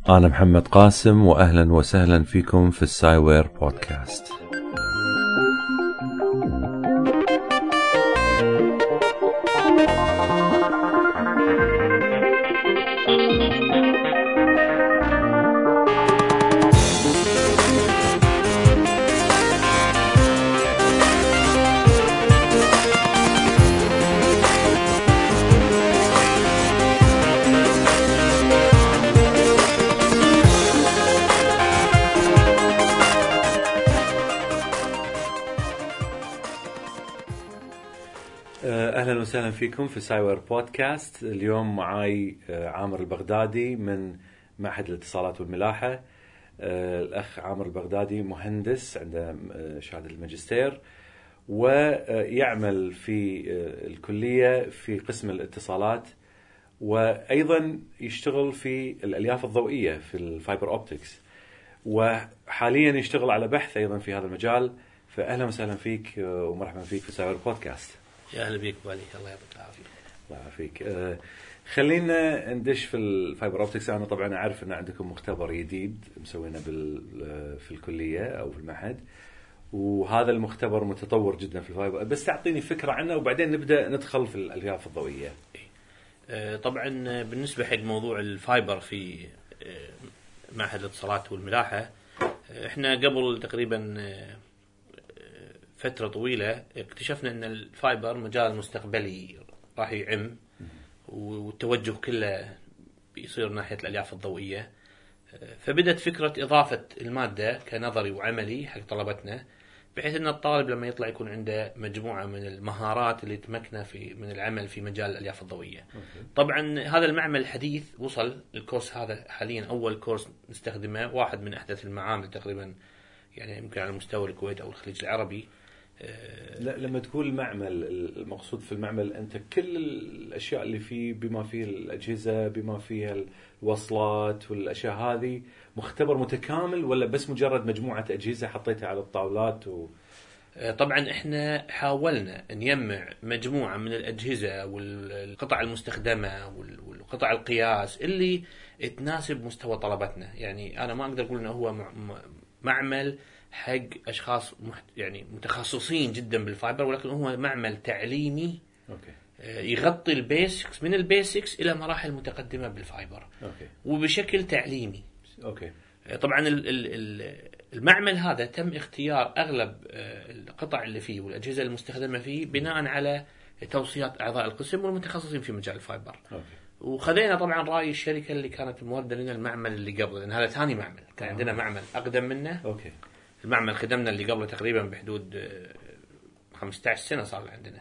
أنا محمد قاسم وأهلا وسهلا فيكم في السايوير بودكاست. أهلا وسهلا فيكم في سايوير بودكاست. اليوم معاي عامر البغدادي من معهد الاتصالات والملاحة. الأخ عامر البغدادي مهندس عنده شهادة الماجستير ويعمل في الكلية في قسم الاتصالات، وأيضا يشتغل في الألياف الضوئية في الفايبر أوبتكس، وحاليا يشتغل على بحث أيضا في هذا المجال. فأهلا وسهلا فيك ومرحبا فيك في سايوير بودكاست. يا أهلا بيك بالي، الله يعطيك العافية. الله يعافيك. خلينا ندش في الفايبر اوبتكس. انا طبعا اعرف ان عندكم مختبر جديد مسوينه في الكليه او في المعهد، وهذا المختبر متطور جدا في الفايبر، بس تعطيني فكره عنه وبعدين نبدا ندخل في الالياف الضوئيه. طبعا بالنسبه حق موضوع الفايبر في معهد الاتصالات والملاحه، احنا قبل تقريبا فترة طويلة اكتشفنا أن الفايبر مجال مستقبلي راح يعم، والتوجه كله بيصير ناحية الألياف الضوئية. فبدت فكرة إضافة المادة كنظري وعملي حق طلبتنا، بحيث أن الطالب لما يطلع يكون عنده مجموعة من المهارات اللي تمكنه من العمل في مجال الألياف الضوئية. طبعا هذا المعمل الحديث وصل الكورس هذا حاليا أول كورس نستخدمه، واحد من أحدث المعامل تقريبا، يعني يمكن على مستوى الكويت أو الخليج العربي. لما تقول معمل، المقصود في المعمل أنت كل الأشياء اللي فيه، بما فيه الأجهزة، بما فيها الوصلات والأشياء هذه، مختبر متكامل ولا بس مجرد مجموعة أجهزة حطيتها على الطاولات طبعا احنا حاولنا نجمع مجموعة من الأجهزة والقطع المستخدمة والقطع القياس اللي تناسب مستوى طلبتنا. يعني أنا ما أقدر أقول أنه هو معمل حق أشخاص يعني متخصصين جدا بالفايبر، ولكن هو معمل تعليمي. يغطي البيسكس، من البيسكس إلى مراحل متقدمة بالفايبر، وبشكل تعليمي. طبعا المعمل هذا تم اختيار أغلب القطع اللي فيه والأجهزة المستخدمة فيه بناء على توصيات أعضاء القسم والمتخصصين في مجال الفايبر. وخذينا طبعا رأي الشركة اللي كانت موردة لنا المعمل اللي قبل، لأن هذا ثاني معمل، كان عندنا معمل أقدم منه. المعمل خدمنا اللي قبله تقريبا بحدود 15 سنة صار عندنا.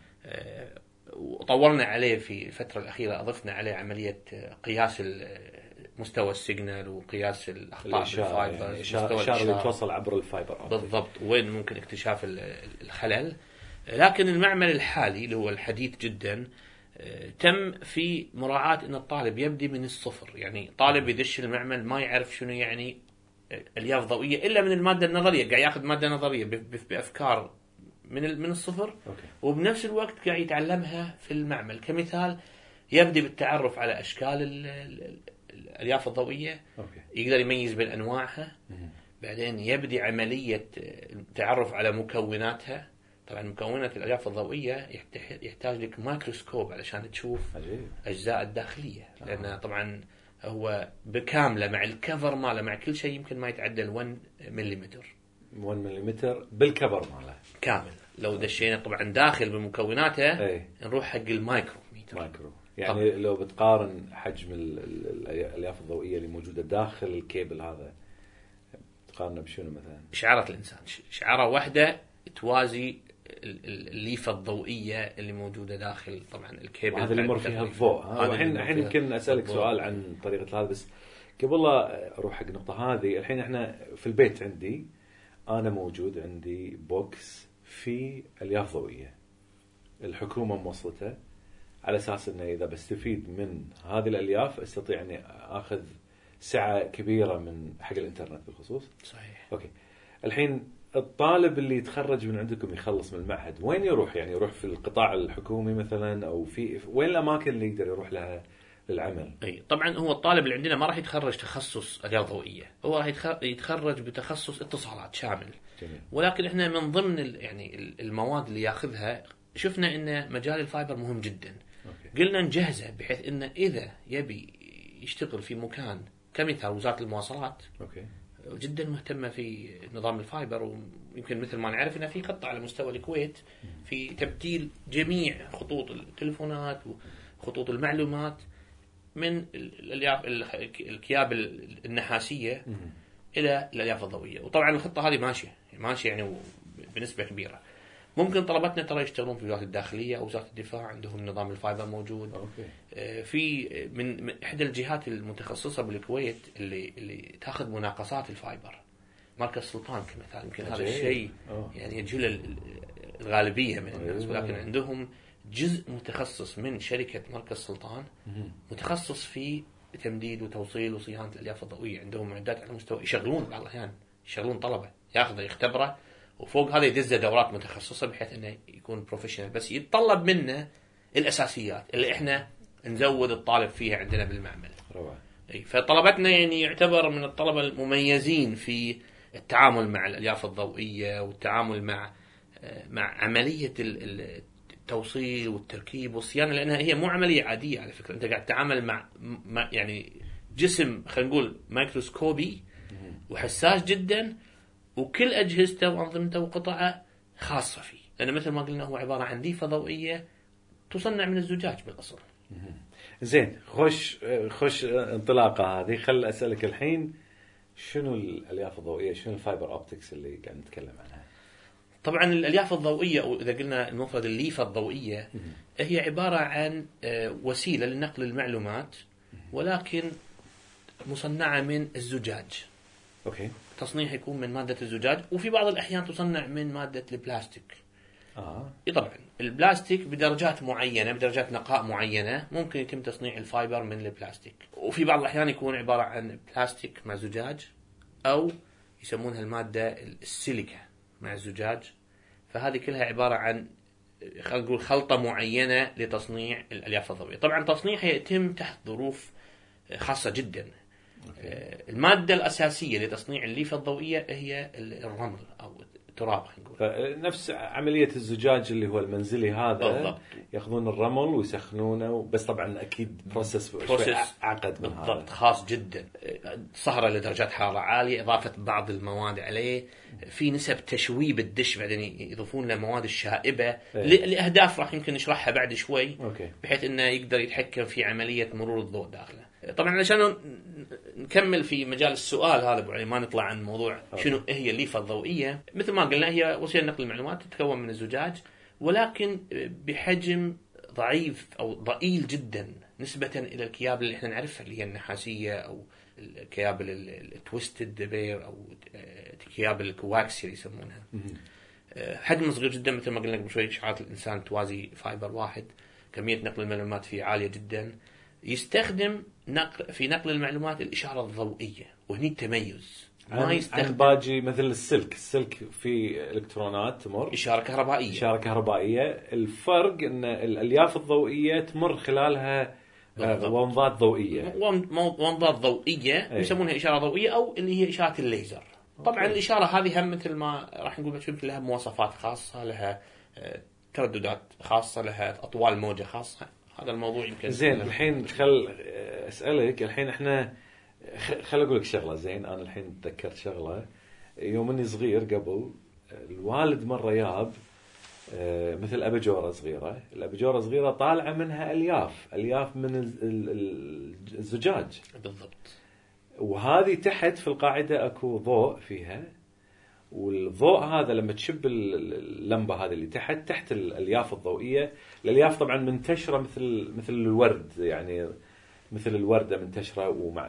وطورنا عليه في الفترة الأخيرة، أضفنا عليه عملية قياس مستوى السيجنال وقياس الأخطاء بالفايبر، يعني الإشارة اللي توصل عبر الفايبر بالضبط، وين ممكن اكتشاف الخلل. لكن المعمل الحالي اللي هو الحديث جدا تم في مراعاة أن الطالب يبدي من الصفر. يعني طالب يدش المعمل ما يعرف شنو يعني ألياف ضوئية إلا من المادة النظرية، قاعد يأخذ مادة نظرية بأفكار من الصفر. وبنفس الوقت قاعد يتعلمها في المعمل. كمثال، يبدأ بالتعرف على أشكال الألياف الضوئية، يقدر يميز بين أنواعها. بعدين يبدأ عملية التعرف على مكوناتها. طبعا مكونات الألياف الضوئية يحتاج لك مايكروسكوب علشان تشوف أجزاء الداخلية، لأن طبعا هو بكامله مع الكفر ماله مع كل شيء يمكن ما يتعدى 1 ملم. 1 ملم بالكفر ماله كامل. لو دشينا طبعا داخل بمكوناته نروح حق المايكرو. يعني طبعا لو بتقارن حجم الألياف الضوئية اللي موجودة داخل الكيبل هذا، تقارنه بشنو مثلا؟ إشعارة الإنسان، إشعارة واحدة توازي الليفة الضوئية اللي موجودة داخل طبعا الكيبل، هذا اللي يمر فيها الضوء. الحين يمكن أسألك سؤال عن طريقة هذا، بس قبل لا أروح حق النقطة هذه. الحين إحنا في البيت أنا موجود عندي بوكس في ألياف ضوئية، الحكومة موصلته على أساس إنه إذا بستفيد من هذه الألياف أستطيع إني أخذ سعة كبيرة من حق الإنترنت بالخصوص. صحيح. الحين الطالب اللي يتخرج من عندكم يخلص من المعهد وين يروح؟ يعني يروح في القطاع الحكومي مثلا، أو في وين الأماكن اللي يقدر يروح لها للعمل. اي طبعا هو الطالب اللي عندنا ما راح يتخرج تخصص الياف ضوئيه، هو راح يتخرج بتخصص اتصالات شامل. جميل. ولكن احنا من ضمن يعني المواد اللي ياخذها شفنا ان مجال الفايبر مهم جدا. أوكي. قلنا نجهزه بحيث انه اذا يبي يشتغل في مكان كمثال وزاره المواصلات. اوكي. جدا مهتمه في نظام الفايبر، ويمكن مثل ما نعرف انه في خطه على مستوى الكويت في تبديل جميع خطوط التليفونات وخطوط المعلومات من الكياب النحاسيه الى الالياف الضوئيه. وطبعا الخطه هذه ماشيه يعني بنسبه كبيره. ممكن طلبتنا ترى يشتغلون في وزاره الداخليه او وزاره الدفاع، عندهم نظام الفايبر موجود. أوكي. في من احدى الجهات المتخصصه بالكويت اللي تاخذ مناقصات الفايبر، مركز سلطان كمثال. يمكن هذا الشيء يعني يجهل الغالبيه من الناس، ولكن عندهم جزء متخصص من شركه مركز سلطان متخصص في تمديد وتوصيل وصيانه الالياف الضوئيه. عندهم معدات على مستوى يشغلون بعض الاحيان يشغلون طلبه ياخذه يختبره، وفوق هذا يدزه دورات متخصصه بحيث انه يكون بروفيشنال. بس يتطلب منه الاساسيات اللي احنا نزود الطالب فيها عندنا بالمعمل. روعه. فطلبتنا يعني يعتبر من الطلبه المميزين في التعامل مع الالياف الضوئيه والتعامل مع عمليه التوصيل والتركيب والصيانه، لانها هي مو عمليه عاديه على فكره. انت قاعد تتعامل مع يعني جسم خلينا نقول مايكروسكوبي وحساس جدا، وكل أجهزته وأنظمته وقطعه خاصة فيه، لأن مثل ما قلنا هو عبارة عن ليفة ضوئية تصنع من الزجاج بالأصل. زين، خش انطلاقة هذه. خل أسألك الحين، شنو الألياف الضوئية، شنو الفايبر أوبتكس اللي قاعد نتكلم عنها؟ طبعا الألياف الضوئية، أو إذا قلنا المفرد الليفة الضوئية، هي عبارة عن وسيلة لنقل المعلومات، ولكن مصنعة من الزجاج. أوكي. تصنيع يكون من مادة الزجاج، وفي بعض الأحيان تصنع من مادة البلاستيك. طبعا البلاستيك بدرجات معينة، بدرجات نقاء معينة، ممكن يتم تصنيع الفايبر من البلاستيك. وفي بعض الأحيان يكون عبارة عن بلاستيك مع زجاج، أو يسمونها المادة السيليكا مع الزجاج. فهذه كلها عبارة عن خلينا نقول خلطة معينة لتصنيع الألياف الضوئية. طبعا تصنيعها يتم تحت ظروف خاصة جدا. المادة الأساسية لتصنيع الليفة الضوئية هي الرمل أو التراب. فنفس عملية الزجاج اللي هو المنزلي هذا بالضبط. يأخذون الرمل ويسخنونه، بس طبعا أكيد بروسس أعقد من هذا. بالضبط، خاص جدا، صهرة لدرجات حرارة عالية، إضافة بعض المواد عليه، في نسب تشويب الدش، بعدين يضيفون له مواد الشائبة لأهداف راح يمكن نشرحها بعد شوي. بحيث أنه يقدر يتحكم في عملية مرور الضوء داخله. طبعا علشان نكمل في مجال السؤال هذا ابو علي، ما نطلع عن موضوع شنو هي الليفة الضوئية. مثل ما قلنا هي وسيله نقل المعلومات تتكون من الزجاج، ولكن بحجم ضعيف او ضئيل جدا نسبة الى الكيابل اللي احنا نعرفها، اللي هي النحاسية او الكيابل التويستد دبير او كيابل الكواكسي يسمونها. حجم صغير جدا، مثل ما قلنا قبل شوي اشعاعات الانسان توازي فايبر واحد. كمية نقل المعلومات فيه عالية جدا. يستخدم في نقل المعلومات الإشارة الضوئية، وهني التميز. ما يستخدم باجي مثل السلك في إلكترونات تمر إشارة كهربائية. الفرق أن الألياف الضوئية تمر خلالها ومضات ضوئية. ومضات ضوئية يسمونها إشارة ضوئية، أو اللي هي إشارة الليزر. طبعا الإشارة هذه هم مثل ما راح نقول لها مواصفات خاصة، لها ترددات خاصة، لها أطوال موجة خاصة. هذا الموضوع يمكن زين. الحين خل أسألك، الحين احنا خل أقول لك شغلة. زين، أنا الحين تذكرت شغلة يوم إني صغير، قبل الوالد مرة ياب مثل أباجورة صغيرة. الأباجورة صغيرة طالعة منها ألياف من الزجاج. بالضبط. وهذه تحت في القاعدة أكو ضوء فيها، والضوء هذا لما تشب اللمبة هذه اللي تحت الألياف الضوئية. الألياف طبعا منتشرة مثل الورد، يعني مثل الوردة منتشرة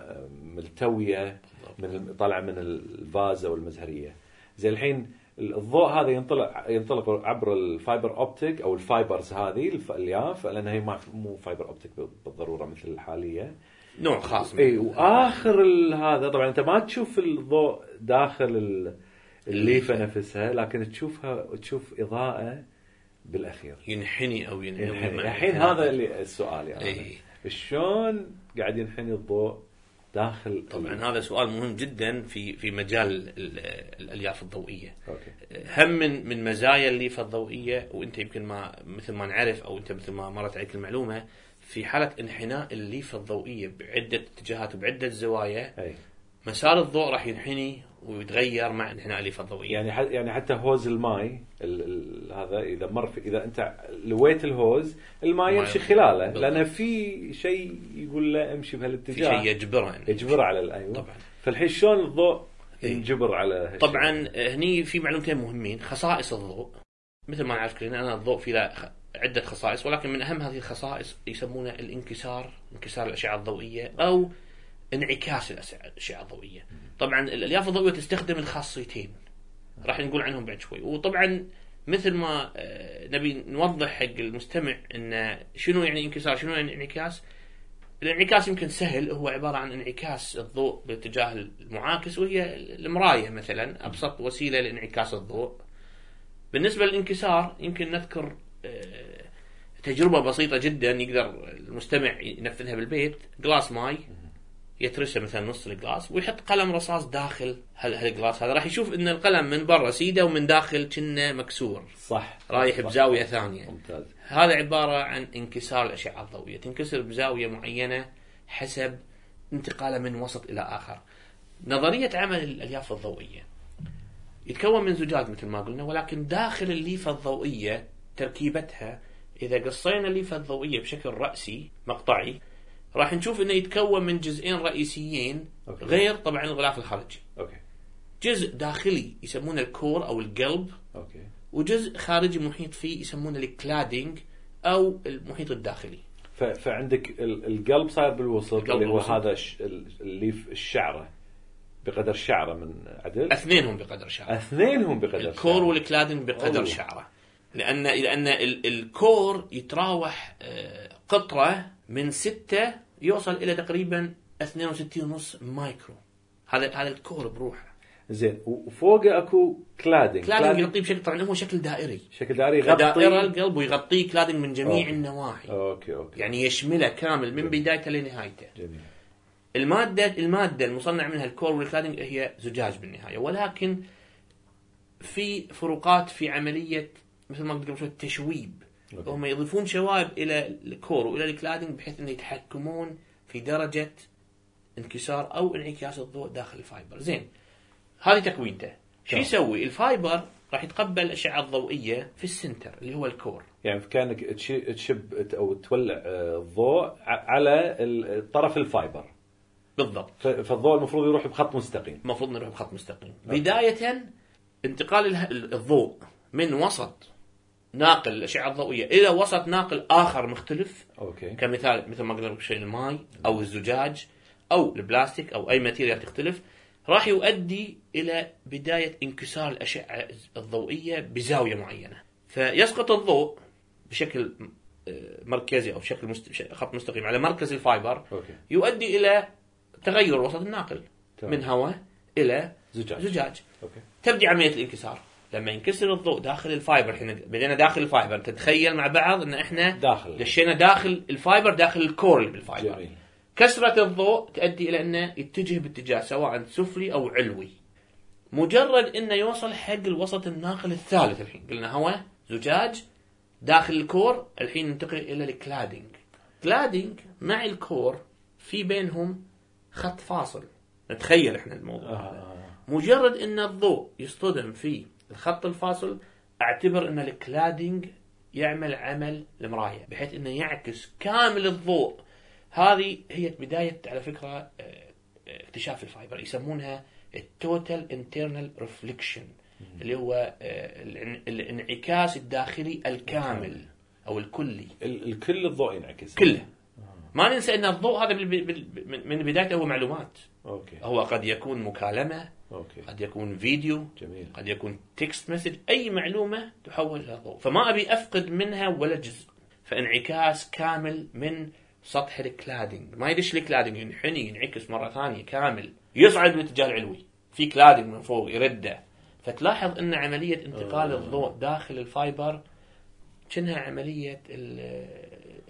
وملتوية طالعة من الفازة والمزهرية. زي الحين الضوء هذا ينطلق عبر الفايبر أوبتيك أو الفايبرز هذه الألياف، لأنها هي مو فايبر أوبتيك بالضرورة مثل الحالية، نوع خاص. وآخر هذا طبعا أنت ما تشوف الضوء داخل الليفة نفسها، لكن تشوف إضاءة بالأخير ينحني أو ينحني. الحين هذا اللي السؤال يعني. شلون قاعد ينحني الضوء داخل. طبعا هذا سؤال مهم جدا في مجال الالياف الضوئيه. أوكي. هم من مزايا الليفه الضوئيه، وانت يمكن ما مثل ما نعرف او انت مثل ما مرت عليك المعلومه، في حاله انحناء الليفه الضوئيه بعده اتجاهات وبعده زوايا، أي. مسار الضوء راح ينحني ويتغير مع انحناء الليفه الضوئيه. يعني حتى هوز الماء هذا اذا اذا انت لويت الهوز الماء يمشي خلاله، لان في شيء يقول له امشي بهالاتجاه، في شيء يجبره على ايوه. طبعا. فالحين شلون الضوء ينجبر على هالشيء؟ طبعا هني في معلومتين مهمين. خصائص الضوء مثل ما نعرف كلنا، أنا الضوء في له عدة خصائص، ولكن من أهم هذه الخصائص يسمونه انكسار الأشعة الضوئية أو انعكاس الأشعة الضوئية. طبعا الألياف الضوئية تستخدم الخاصيتين راح نقول عنهم بعد شوي. وطبعا مثل ما نبي نوضح حق المستمع إن شنو يعني انكسار شنو يعني انعكاس. الانعكاس يمكن سهل، هو عبارة عن انعكاس الضوء باتجاه المعاكس، وهي المراية مثلا أبسط وسيلة لانعكاس الضوء. بالنسبة للانكسار يمكن نذكر تجربة بسيطة جدا يقدر المستمع ينفذها بالبيت. جلاس ماي يترسه مثلا نص الجلاس ويحط قلم رصاص داخل هالجلاس هذا، راح يشوف ان القلم من برا سيده ومن داخل كنه مكسور، صح، رايح بزاوية ثانية. ممتاز. هذا عبارة عن انكسار الأشعة الضوئية، تنكسر بزاوية معينة حسب انتقاله من وسط إلى آخر. نظرية عمل الألياف الضوئية يتكون من زجاج مثل ما قلنا، ولكن داخل الليفة الضوئية تركيبتها إذا قصينا الليفة الضوئية بشكل رأسي مقطعي راح نشوف إنه يتكون من جزئين رئيسيين. أوكي. غير طبعا الغلاف الخارجي. أوكي. جزء داخلي يسمونه الكور أو القلب. أوكي. وجزء خارجي محيط فيه يسمونه الكلادينج أو المحيط الداخلي. فعندك القلب صاير بالوسط اللي هو هذا الليف الشعرة بقدر شعرة من عدل. اثنينهم بقدر شعرة. الكور والكلادينج بقدر شعرة. لأن الكور يتراوح قطرة من 6 يوصل إلى تقريبا 62.5 مايكرو. هذا الكور بروحه. زين. وفوقه اكو كلادينج يغطيه بشكل، طبعا هو شكل دائري يغطي دائرة القلب ويغطيه كلادينج من جميع النواحي. أوكي. يعني يشمله كامل من بدايته لنهايته. جميل. المادة المصنع منها الكور والكلادينج هي زجاج بالنهاية، ولكن في فروقات في عملية مثل ما قلت قبل شوي التشويب. هم يضيفون شوائب إلى الكور وإلى الكلادينج بحيث أن يتحكمون في درجة انكسار أو انعكاس الضوء داخل الفايبر. زين، هذه تكوينته. شو يسوي الفايبر؟ راح يتقبل الأشعة الضوئية في السنتر اللي هو الكور. يعني كأنك تشب أو تولع الضوء على طرف الفايبر. بالضبط. فالضوء المفروض يروح بخط مستقيم. بداية انتقال الضوء من وسط ناقل الأشعة الضوئية إلى وسط ناقل آخر مختلف. أوكي. كمثال مثل ما قلنا بشيء الماء أو الزجاج أو البلاستيك أو أي ماتيريال تختلف، راح يؤدي إلى بداية انكسار الأشعة الضوئية بزاوية معينة، فيسقط الضوء بشكل مركزي أو بشكل خط مستقيم على مركز الفايبر. أوكي. يؤدي إلى تغير وسط الناقل من هواء إلى زجاج. أوكي. تبدأ عملية الانكسار لما ينكسر الضوء داخل الفايبر. الحين بدينا داخل الفايبر، تتخيل مع بعض ان احنا دشينا داخل الفايبر، داخل الكور اللي بالفايبر. جميل. كسرة الضوء تؤدي الى انه يتجه باتجاه سواء سفلي او علوي. مجرد انه يوصل حق الوسط الناقل الثالث، الحين قلنا هواء زجاج داخل الكور، الحين ننتقل الى الكلادينج مع الكور في بينهم خط فاصل. نتخيل احنا الموضوع مجرد ان الضوء يصطدم في الخط الفاصل، اعتبر ان الكلادينج يعمل عمل المراية بحيث انه يعكس كامل الضوء. هذه هي بداية على فكرة اكتشاف الفايبر، يسمونها التوتال انترنال ريفليكشن، اللي هو الانعكاس الداخلي الكامل او الكلي. الكل الضوء ينعكس كله. ما ننسى ان الضوء هذا من بدايته هو معلومات. أوكي. هو قد يكون مكالمة. أوكي. قد يكون فيديو. جميل. قد يكون تكست مسج، أي معلومة تحول إلى ضوء، فما أبي أفقد منها ولا جزء. فانعكاس كامل من سطح الكلادينج، ما يدش الكلادينج ينحني ينعكس مرة ثانية كامل، يصعد بالاتجاه العلوي، في كلادينج من فوق يرده. فتلاحظ أن عملية انتقال الضوء داخل الفايبر كأنها عملية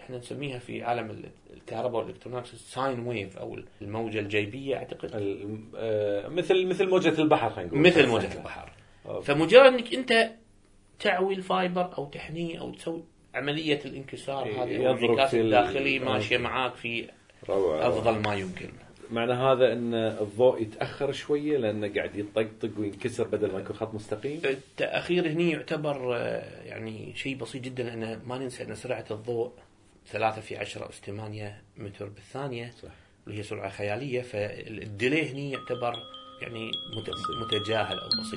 احنا نسميها في عالم الكهرباء والالكترونيات ساين ويف او الموجه الجيبيه اعتقد. مثل موجه البحر، خلينا نقول مثل موجه البحر. فمجرد انك انت تعوي الفايبر او تحنيه او تسوي عمليه الانكسار هذه او الانعكاس الداخلي ماشيه معاك في افضل ما يمكن. معنى هذا ان الضوء يتاخر شويه لانه قاعد يطقطق وينكسر بدل ما يكون خط مستقيم. التاخير هنا يعتبر يعني شيء بسيط جدا، لان ما ننسى ان سرعه الضوء 3 في 10 أس 8 متر بالثانيه، صح، اللي هي سرعه خياليه. فالديلي هنا يعتبر يعني متجاهل او بسيط.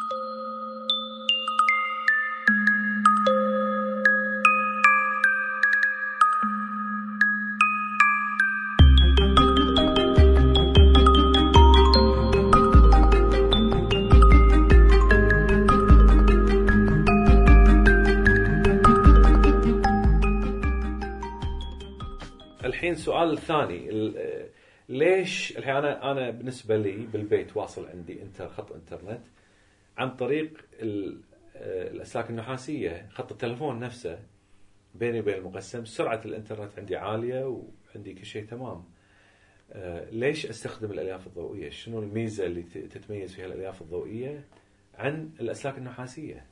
الحين سؤال ثاني، ليش الحين أنا بالنسبة لي بالبيت واصل عندي خط إنترنت عن طريق الأسلاك النحاسية، خط التلفون نفسه بيني وبين المقسم، سرعة الإنترنت عندي عالية وعندي كل شيء تمام. ليش أستخدم الألياف الضوئية؟ شنو الميزة اللي تتميز فيها الألياف الضوئية عن الأسلاك النحاسية؟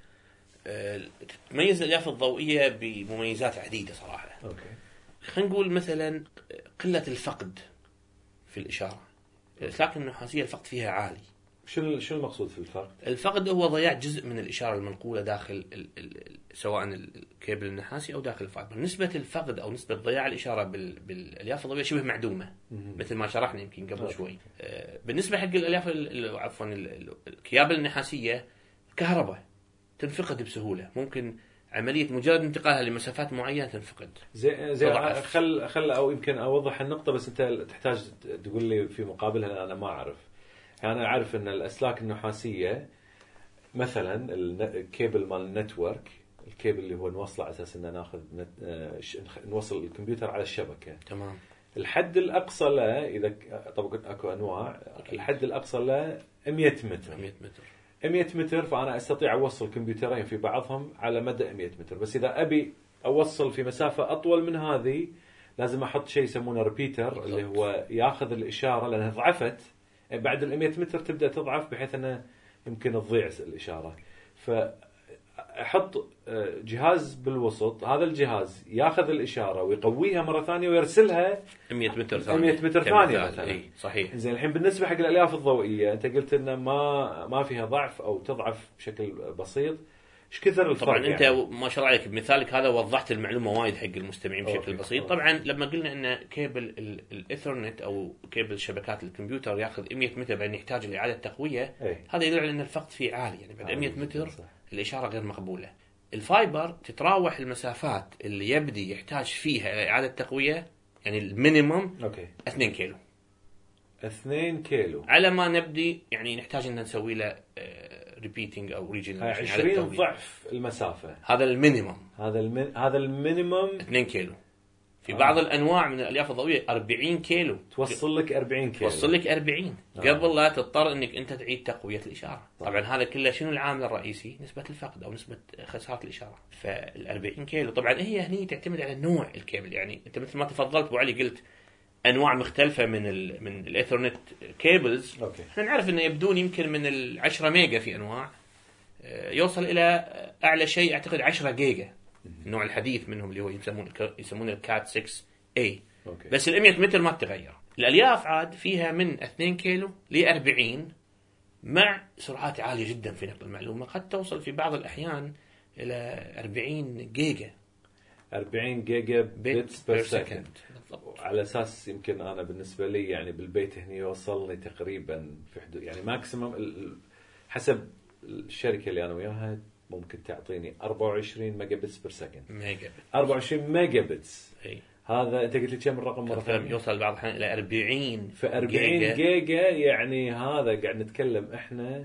تتميز الألياف الضوئية بمميزات عديدة صراحة. خلينا نقول مثلا قلة الفقد في الإشارة. الأسلاك النحاسية الفقد فيها عالي. شنو المقصود في الفقد؟ الفقد هو ضياع جزء من الإشارة المنقولة داخل سواء الكيبل النحاسي أو داخل الفايبر. نسبة الفقد أو نسبة ضياع الإشارة بالألياف الضوئية شبه معدومة، مثل ما شرحنا يمكن قبل شوي. بالنسبة حق الألياف الكيابل النحاسية، كهرباء تنفقد بسهولة، ممكن عملية مجرد انتقالها لمسافات معينة تنفقد. زي خل أو يمكن أوضح النقطة، بس أنت تحتاج تقول لي في مقابلها، أنا ما أعرف. يعني أنا أعرف أن الأسلاك النحاسية مثلا الكيبل مال النتورك، الكيبل اللي هو نوصله على أساس أن نوصل الكمبيوتر على الشبكة. تمام. الحد الأقصى له، إذا طبعا أكو أنواع، الحد الأقصى له 100 متر. 100 متر، فأنا أستطيع أوصل كمبيوترين في بعضهم على مدى 100 متر. بس إذا أبي أوصل في مسافة أطول من هذه، لازم أحط شيء يسمونه ريبيتر، اللي هو يأخذ الإشارة لأنها ضعفت. بعد 100 متر تبدأ تضعف بحيث أنه يمكن تضيع الإشارة. فأحط جهاز بالوسط، هذا الجهاز يأخذ الإشارة ويقويها مرة ثانية ويرسلها 100 متر ثانية مثلا. إيه صحيح. زين، الحين بالنسبة حق الألياف الضوئية، أنت قلت إنه ما فيها ضعف أو تضعف بشكل بسيط. إيش كثر الفرق؟ طبعا أنت يعني ما شاء الله عليك بمثالك هذا وضحت المعلومة وايد حق المستمعين بشكل بسيط. طبعا لما قلنا إن كيبل الإيثرنت أو كيبل شبكات الكمبيوتر يأخذ 100 متر بعدين يحتاج لإعادة تقوية، هذا يدل على أن الفقد فيه عالي. يعني بعد 100 متر الإشارة غير مقبولة. الفايبر تتراوح المسافات اللي يبدي يحتاج فيها إلى إعادة تقوية، يعني المينيمم 2 كيلو. 2 كيلو على ما نبدي يعني نحتاج أن نسوي له ريبيتنج أو ريجن 20 ضعف المسافة. هذا المينيمم. هذا المينيمم 2 كيلو. في بعض الأنواع من الألياف الضوئية 40 كيلو. توصل لك 40 كيلو. توصل لك 40 قبل لا تضطر أنك أنت تعيد تقوية الإشارة. طبعا هذا كله شنو العامل الرئيسي؟ نسبة الفقد أو نسبة خسارة الإشارة. فال40 كيلو طبعا هي هني تعتمد على نوع الكيبل. يعني أنت مثل ما تفضلت أبو علي قلت أنواع مختلفة من الإيثرنت كيبلز. احنا نعرف إنه يبدون يمكن من 10 ميجا، في أنواع يوصل إلى أعلى شيء أعتقد 10 جيجا. النوع الحديث منهم اللي هو يسمونه الكات 6A. بس 100 متر ما تتغير. الألياف عاد فيها من 2 كيلو ل 40 مع سرعات عالية جدا في نقل المعلومة، قد توصل في بعض الأحيان إلى 40 جيجا. 40 جيجا بيتس بير سكند. على أساس يمكن أنا بالنسبة لي يعني بالبيت هنا يوصلني تقريبا في حدود يعني ماكسيمم حسب الشركة اللي أنا وياها ممكن تعطيني 24 ميجا بتس بير سكند. 24 ميجا بتس. هذا أنت قلت لي كم الرقم مرة ثانية؟ يوصل بعض الأحيان إلى 40. في 40 جيجا يعني هذا قاعد نتكلم إحنا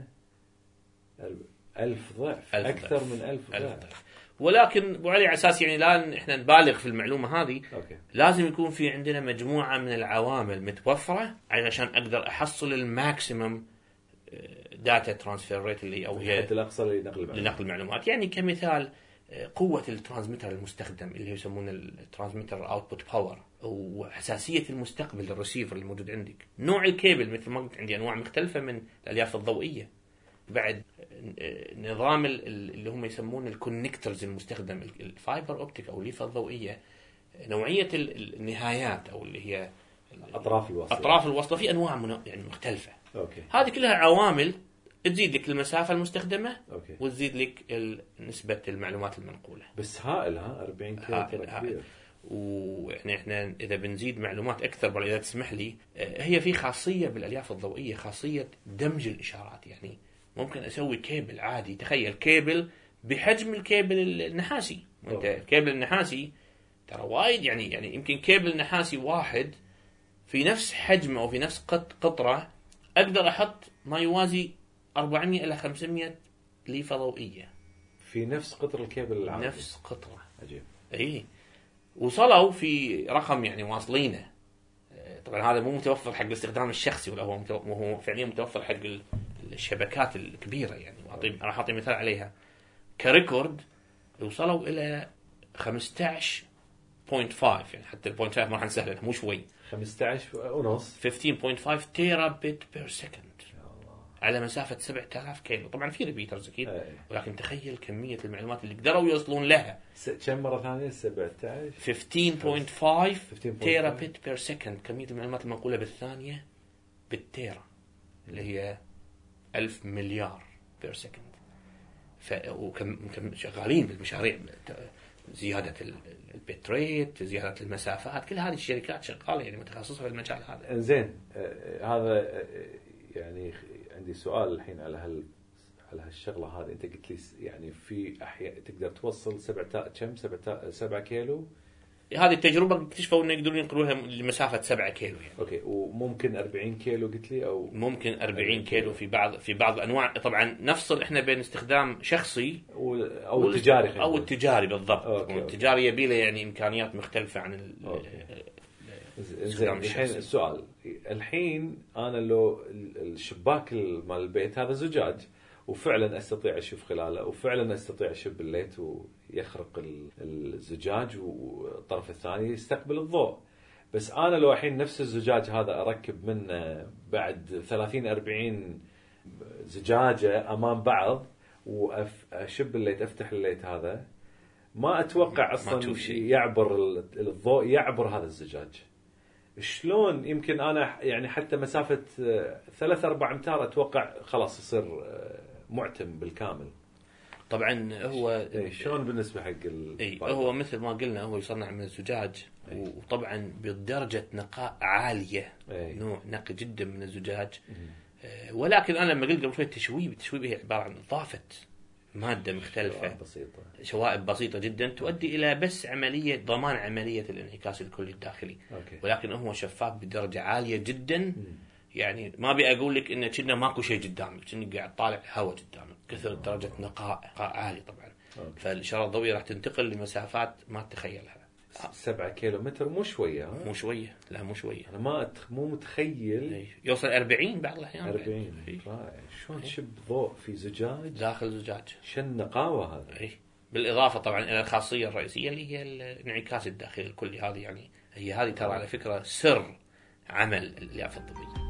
1000 ضعف، أكثر من 1000 ضعف. ولكن أبو علي على أساس يعني لا إحنا نبالغ في المعلومة هذه، لازم يكون في عندنا مجموعة من العوامل متوفرة عشان أقدر أحصل الماكسيمم داتا ترانسفير ريت اللي أو هي الحد الأقصى لنقل المعلومات. يعني كمثال قوة الترانسميتر المستخدم اللي يسمونه الترانسميتر اوتبوت باور، وحساسية المستقبل الريسيفر الموجود عندك، نوع الكيبل مثل ما قلت عندي انواع مختلفة من الالياف الضوئية، بعد نظام اللي هم يسمون الكونكترز المستخدم، الفايبر اوبتيك او الليفة الضوئية، نوعية النهايات او اللي هي اطراف الوصلة في انواع يعني مختلفة. أوكي. هذه كلها عوامل تزيد لك المسافة المستخدمة. أوكي. وتزيد لك نسبة المعلومات المنقولة. بس هائل 40 كيلو كبير. ويعني احنا اذا بنزيد معلومات اكثر اذا تسمح لي، هي في خاصية بالالياف الضوئية، خاصية دمج الاشارات. يعني ممكن اسوي كيبل عادي، تخيل كيبل بحجم الكيبل النحاسي. وانت الكيبل النحاسي ترى وايد، يعني يمكن كيبل نحاسي واحد في نفس حجمه او في نفس قطرة اقدر احط ما يوازي 400 إلى 500 ليفة ضوئية في نفس قطر الكيبل العادي. نفس قطرة. عجيب. اي وصلوا في رقم يعني واصلينه. طبعا هذا مو متوفر حق الاستخدام الشخصي، ولا هو فعليا متوفر حق الشبكات الكبيرة. يعني راح اعطي مثال عليها كريكورد. وصلوا الى 15.5، يعني حتى ال.5 ما راح نسهل، مو شوي. 15.5 تيرا بت بير سكند على مسافة 7000 كيلو. طبعا في ريبيترز أكيد، ولكن تخيل كمية المعلومات اللي قدروا يوصلون لها. كم مرة ثانية؟ 15.5 تيرا بت بير سكند، كمية المعلومات المنقولة بالثانية بالتيرا اللي هي 1000 مليار بير سكند. وكم شغالين بالمشاريع، زيادة البيت ريت، زيادة المسافات، كل هذه الشركات شغالة يعني متخصصة في المجال هذا. زين. هذا يعني عندي سؤال الحين على هالشغله هذه. انت قلت لي يعني في احياء تقدر توصل 7 كيلو. هذه التجربه اكتشفوا انه يقدرون ينقلوها لمسافه 7 كيلو يعني. اوكي. وممكن 40 كيلو قلت لي، او ممكن 40 كيلو في بعض الانواع. طبعا نفصل احنا بين استخدام شخصي او التجاري، او التجاري بالضبط. أوكي. التجاري يبي له يعني امكانيات مختلفه عن زين. الحين السؤال، الحين انا لو الشباك مال البيت هذا زجاج، وفعلا استطيع اشوف خلاله، وفعلا استطيع اشب الليت ويخرق الزجاج والطرف الثاني يستقبل الضوء. بس انا لو الحين نفس الزجاج هذا اركب منه بعد 30-40 زجاجه امام بعض واشب الليت، افتح الليت هذا، ما اتوقع اصلا يعبر الضوء يعبر هذا الزجاج. شلون يمكن انا يعني حتى مسافه 3-4 امتار اتوقع خلاص يصير معتم بالكامل. طبعا هو شلون بالنسبه حق هو مثل ما قلنا هو يصنع من الزجاج، وطبعا بدرجه نقاء عاليه، نوع نقي جدا من الزجاج. ولكن انا لما قلت قبل شوي التشويب هي عباره عن اضافه ماده مختلفه، شوائب بسيطه جدا تؤدي الى بس ضمان عمليه الانعكاس الكلي الداخلي. ولكن هو شفاف بدرجه عاليه جدا. يعني ما ابي اقول لك انه كنا ماكو شيء قدامك، كنا قاعد طالع هواء قدامك، كثر درجه نقاء عالي طبعا. فالاشاره الضوئيه راح تنتقل لمسافات ما تتخيلها. 7 كيلومتر مو شويه. مو شويه، لا مو شويه. انا مو متخيل. يوصل 40 بعض الاحيان. 40 رائع. شلون تشب ضوء في زجاج داخل زجاج؟ شن نقاوه هذا. بالاضافه طبعا الى الخاصيه الرئيسيه اللي هي الانعكاس الداخلي الكلي. هذه يعني هذه ترى على فكره سر عمل الالياف الضوئيه.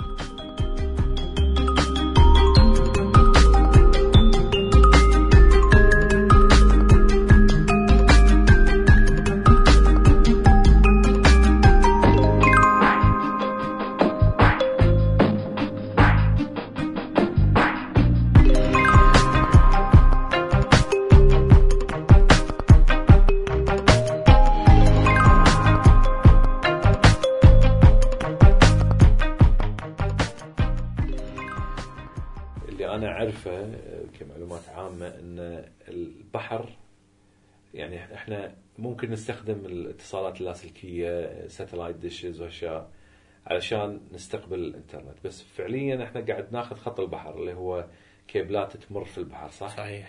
كمعلومات عامة أن البحر يعني إحنا ممكن نستخدم الاتصالات اللاسلكية ساتلايت ديشز وأشياء علشان نستقبل الإنترنت، بس فعليا إحنا قاعد ناخذ خط البحر اللي هو كيبلات تمر في البحر. صحيح.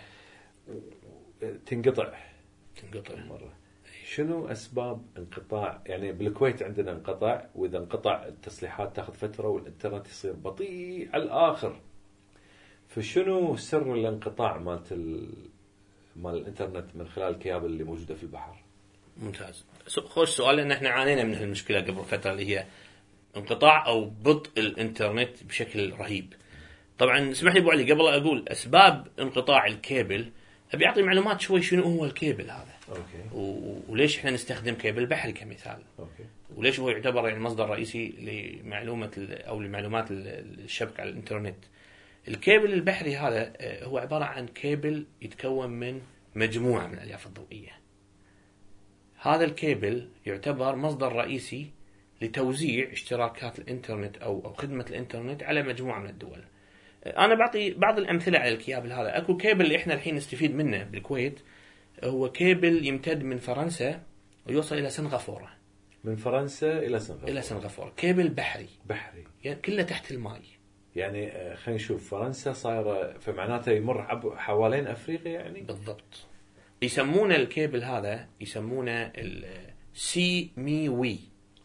تنقطع مرة. شنو أسباب انقطاع؟ يعني بالكويت عندنا انقطع، وإذا انقطع التصليحات تاخذ فترة والإنترنت يصير بطيء على الآخر. فشنو سر الانقطاع مالت مال الانترنت من خلال الكيابل اللي موجوده في البحر. ممتاز. خوش سؤال، لان احنا عانينا من هالمشكله قبل فتره اللي هي انقطاع او بطء الانترنت بشكل رهيب. طبعا اسمح لي ابو علي قبل اقول اسباب انقطاع الكيبل ابي اعطي معلومات شوي شنو هو الكيبل هذا. اوكي. وليش احنا نستخدم كيبل بحري كمثال. اوكي. وليش هو يعتبر يعني مصدر رئيسي لمعلومه او لمعلومات الشبكه على الانترنت. الكيبل البحري هذا هو عباره عن كيبل يتكون من مجموعه من الالياف الضوئيه. هذا الكيبل يعتبر مصدر رئيسي لتوزيع اشتراكات الانترنت او خدمه الانترنت على مجموعه من الدول. انا بعطي بعض الامثله على الكيبل هذا. اكو كيبل اللي احنا الحين نستفيد منه بالكويت، هو كيبل يمتد من فرنسا ويوصل الى سنغافوره. من فرنسا الى سنغافوره. الى سنغافوره، كيبل بحري. بحري. يعني كله تحت الماء. يعني خلينا نشوف، فرنسا صايره فمعناته يمر حوالين افريقيا يعني. بالضبط. يسمونه الكيبل هذا يسمونه السي مي وي،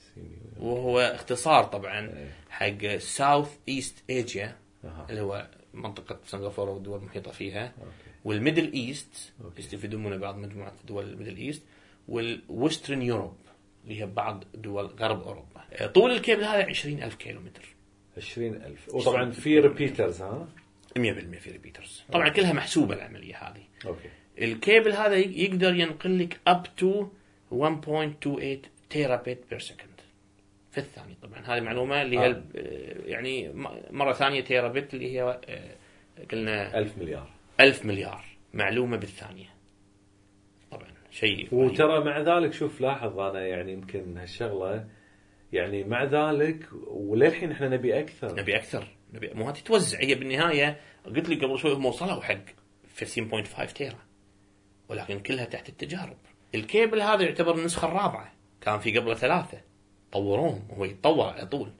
وهو اختصار طبعا حق ساوث ايست ايجيا اللي هو منطقة سنغافورة والدول المحيطة فيها، والميدل ايست يستفيدون منه بعض مجموعة دول الميدل ايست، والوسترن يوروب اللي هي بعض دول غرب اوروبا. طول الكيبل هذا 20,000 كيلومتر. 20,000. وطبعا في ريبيترز. 100% في ريبيترز. طبعا كلها محسوبة العملية هذه. اوكي. الكيبل هذا يقدر ينقل لك up to 1.28 تيرا بيت بير سكند في الثانية. طبعا هذه معلومة اللي هي يعني مرة ثانية تيرا بيت اللي هي قلنا 1000 مليار. 1000 مليار معلومة بالثانية. طبعا شيء. وترى مع ذلك شوف لاحظ أنا يعني يمكن هالشغلة يعني مع ذلك وللحين احنا نبي أكثر. مو تتوزع هي بالنهاية. قلت لي قبل شوي هم وصلوا حق 15.5 تيرا ولكن كلها تحت التجارب. الكيبل هذا يعتبر النسخة الرابعة، كان في قبل 3 طوروهم وهو يتطور على طول.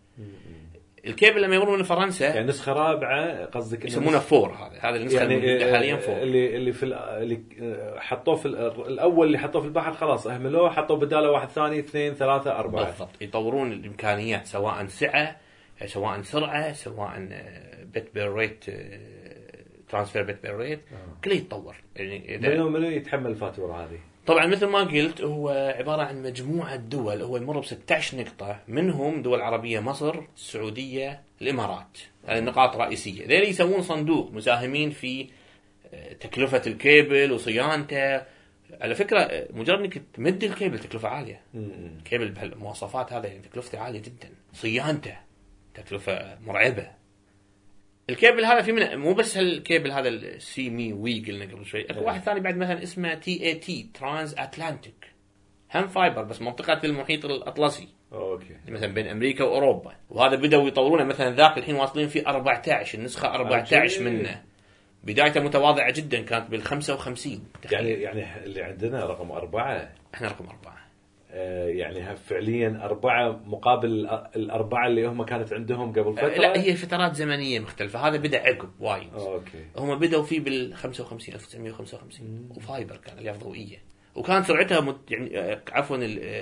الكيبل لما يمر من فرنسا يعني نسخة رابعة قصدك يسمونه 4. هذا النسخة يعني حاليا 4 اللي في اللي حطوه في الأول اللي حطوه في البحر خلاص أهملوه، حطوا بداله واحد ثاني 2 3 4. بالضبط. يطورون الإمكانيات سواء سعة سواء سرعة سواء بت بير ريت ترانسفير بت بير ريت كله يتطور. يعني منو يتحمل الفاتورة هذه؟ طبعا مثل ما قلت هو عبارة عن مجموعة دول، هو يمر ب16 نقطة، منهم دول عربية مصر السعودية الإمارات. هذه النقاط رئيسية. ذي يسوون صندوق مساهمين في تكلفة الكيبل وصيانته. على فكرة مجرد انك تمد الكيبل تكلفة عالية. كيبل بهالمواصفات هذا يعني تكلفته عالية جدا. صيانته تكلفة مرعبة. الكيبل هذا في من مو بس الكيبل هذا السي مي وي قلنا قبل شوي، اكو واحد ثاني بعد مثلا اسمه TAT ترانز اتلانتيك، هم فايبر بس منطقة المحيط الأطلسي. اوكي. مثلا بين امريكا واوروبا. وهذا بدأوا يطورونه مثلا ذاك الحين واصلين في 14 النسخة 14 منه. بدايته متواضعة جدا كانت بال55. يعني اللي عندنا رقم 4. احنا رقم 4. يعني فعليا 4 مقابل 4 اللي هم كانت عندهم قبل فترة. لا هي فترات زمنية مختلفة. هذا بدأ عقب وايد. اوكي. هم بدأوا فيه بال55 1955 وفايبر كان الياف ضوئية وكانت سرعتها يعني عفوا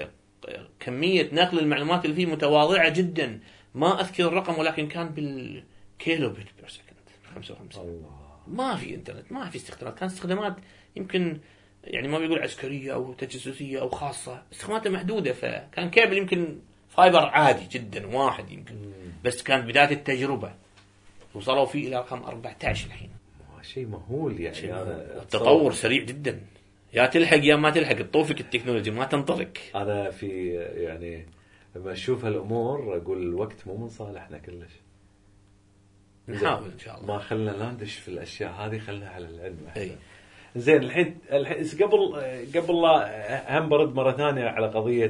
كمية نقل المعلومات اللي فيه متواضعة جدا. ما أذكر الرقم ولكن كان بالكيلو بيت بير سكند 55. الله. ما في انترنت، ما في استخدامات. كانت استخدامات يمكن يعني ما بيقول عسكرية أو تجسسية أو خاصة، استخداماتها محدودة. فكان كابل يمكن فايبر عادي جدا واحد يمكن بس كانت بداية التجربة وصلوا فيه إلى رقم 14 الحين. شيء مهول يعني. التطور سريع جدا. يا تلحق يا ما تلحق. تطوفك التكنولوجيا ما تنطلق. أنا في يعني لما أشوف هالأمور أقول الوقت مو من صالحنا كلش. نحاول إن شاء الله. ما خلنا لا ندش في الأشياء هذه، خلنا على العلم. أي. زين الحين قبل لا هم برد مرة ثانية على قضية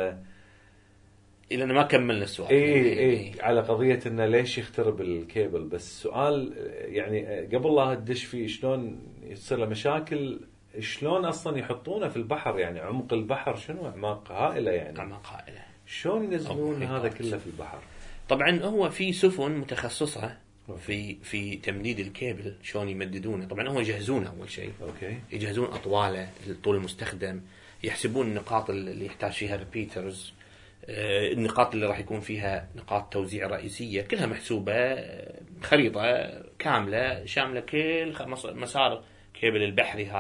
إلا أنا ما كملنا السؤال. إيه على قضية إنه ليش يخترب الكيبل. بس سؤال يعني قبل لا تدش فيه، شلون يصير له مشاكل؟ شلون أصلا يحطونه في البحر؟ يعني عمق البحر شنو؟ أعماق هائلة يعني. أعماق هائلة. شلون ينزلون هذا كله في البحر؟ طبعا هو في سفن متخصصة في تمديد الكيبل. شلون يمددونه؟ طبعا هم يجهزونه اول شيء. اوكي. يجهزون اطواله الطول المستخدم، يحسبون النقاط اللي يحتاج فيها ريبيترز، النقاط اللي راح يكون فيها نقاط توزيع رئيسيه، كلها محسوبه. خريطه كامله شامله كل مسار كيبل البحري هذا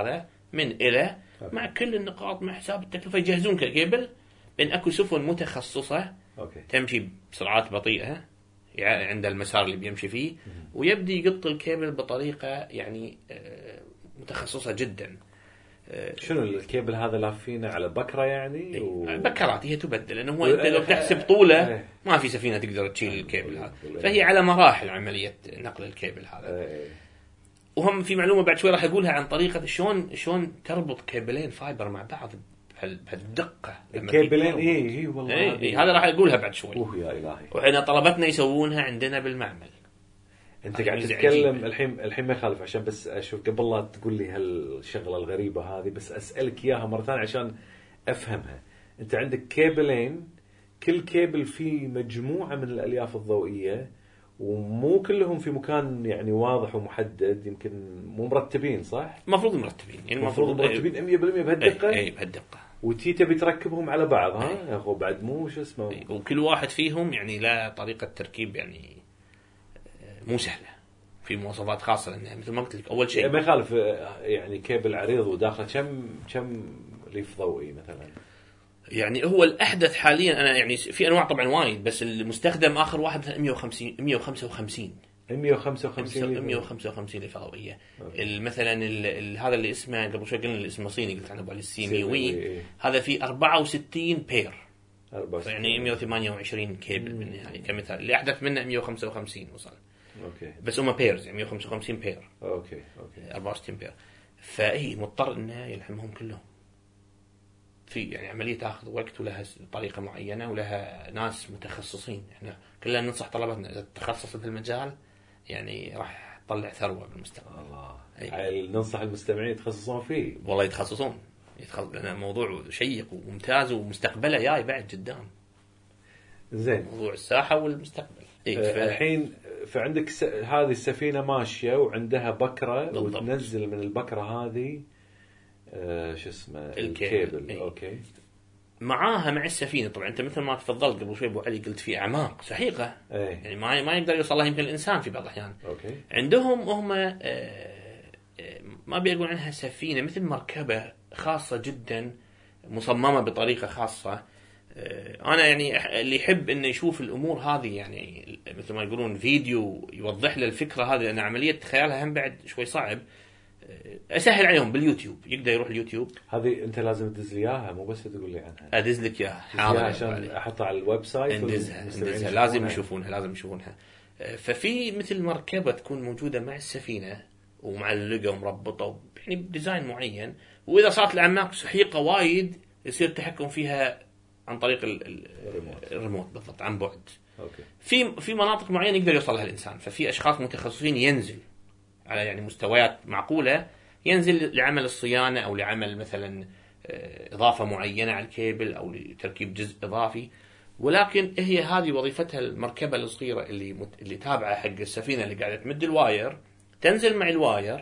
من إلى مع كل النقاط، مع حساب التكلفة، يجهزون كيبل. بين أكو سفن متخصصة تمشي بسرعات بطيئة عند المسار اللي بيمشي فيه، ويبدي يقط الكيبل بطريقة يعني متخصصة جدا. شنو الكيبل هذا لافينه على بكرة يعني؟ بكرات هي تبدل، لأنه هو أنت لو تحسب طوله ما في سفينة تقدر تشيل الكيبل هذا، فهي على مراحل عملية نقل الكيبل هذا. وهم في معلومة بعد شوي راح أقولها عن طريقة شلون تربط كيبلين فايبر مع بعض بهالدقة. الكيبلين إيه والله هذا راح أقولها بعد شوي. يا إلهي. وحنا طلبتنا يسوونها عندنا بالمعمل. أنت قاعد تتكلم الحين ما يخالف، عشان بس أشوف قبل لا تقول لي هالشغلة الغريبة هذه، بس أسألك إياها مرة ثانية عشان أفهمها. أنت عندك كيبلين، كل كيبل فيه مجموعة من الألياف الضوئية، ومو كلهم في مكان يعني واضح ومحدد، يمكن مو مرتبين صح؟ المفروض مرتبين، يعني المفروض مرتبين 100% بهالدقة. اي بهالدقة. وتي تبي تركبهم على بعض ها؟ هو بعد مو شو اسمه. وكل واحد فيهم يعني لا طريقة تركيب يعني مو سهلة، في مواصفات خاصة، لأنها مثل ما قلت لك أول شيء ما يخالف يعني كيبل عريض وداخله كم ريف ضوئي مثلا. يعني هو الأحدث حاليا أنا يعني في أنواع طبعا وايد، بس المستخدم آخر واحد مثلا 155 ليفة ضوئية. مثلا هذا اللي اسمه قبل شوي قلنا الاسم صيني، قلت عنه بالسيميوي، هذا في 64 بير، يعني 128 كيبل من يعني كمثال. اللي أحدث منه 155 وصل. أوكي. بس هم بيرز يعني 155 بير. أوكي. 64 بير. فأي مضطر إنه يلحمهم كلهم. في يعني عملية تأخذ وقت ولها طريقة معينة ولها ناس متخصصين. إحنا كلنا ننصح طلبتنا إذا تخصص في المجال يعني راح تطلع ثروة بالمستقبل. الله. ننصح المستمعين يتخصصون فيه. والله يتخصصون. لأن موضوع شيق وممتاز ومستقبله جاي بعد قدام. زين. موضوع الساحة والمستقبل. الحين فعندك هذه السفينة ماشية وعندها بكرة، وتنزل من البكرة هذه شو اسمه الكيبل. أوكي. معاها مع السفينة طبعا. أنت مثل ما تفضلت قبل شوي أبو علي، قلت في أعماق سحيقة. يعني ما يقدر يوصل لها يمكن الإنسان في بعض الأحيان. عندهم هم ما بيقول عنها سفينة، مثل مركبة خاصة جدا مصممة بطريقة خاصة. أنا يعني اللي يحب إنه يشوف الأمور هذه يعني مثل ما يقولون فيديو يوضح له الفكرة هذه، لأن عملية تخيلها هم بعد شوي صعب. أسهل عليهم باليوتيوب، يقدر يروح اليوتيوب. هذه أنت لازم تدز لي إياها، مو بس تقول لي عنها. أدز لك إياها عشان أحطها على الويب سايت. ندزها لازم يشوفونها. ففي مثل مركبة تكون موجودة مع السفينة ومع اللقة ومربطة يعني بديزاين معين، وإذا صارت الأعماق سحيقة وايد يصير التحكم فيها عن طريق الريموت بالضبط عن بعد. في مناطق معينة يقدر يوصل لها الإنسان، ففي أشخاص متخصصين ينزل على يعني مستويات معقولة، ينزل لعمل الصيانة أو لعمل مثلا إضافة معينة على الكيبل أو لتركيب جزء إضافي. ولكن هي هذه وظيفتها المركبة الصغيرة اللي تابعة حق السفينة اللي قاعدة تمد الواير، تنزل مع الواير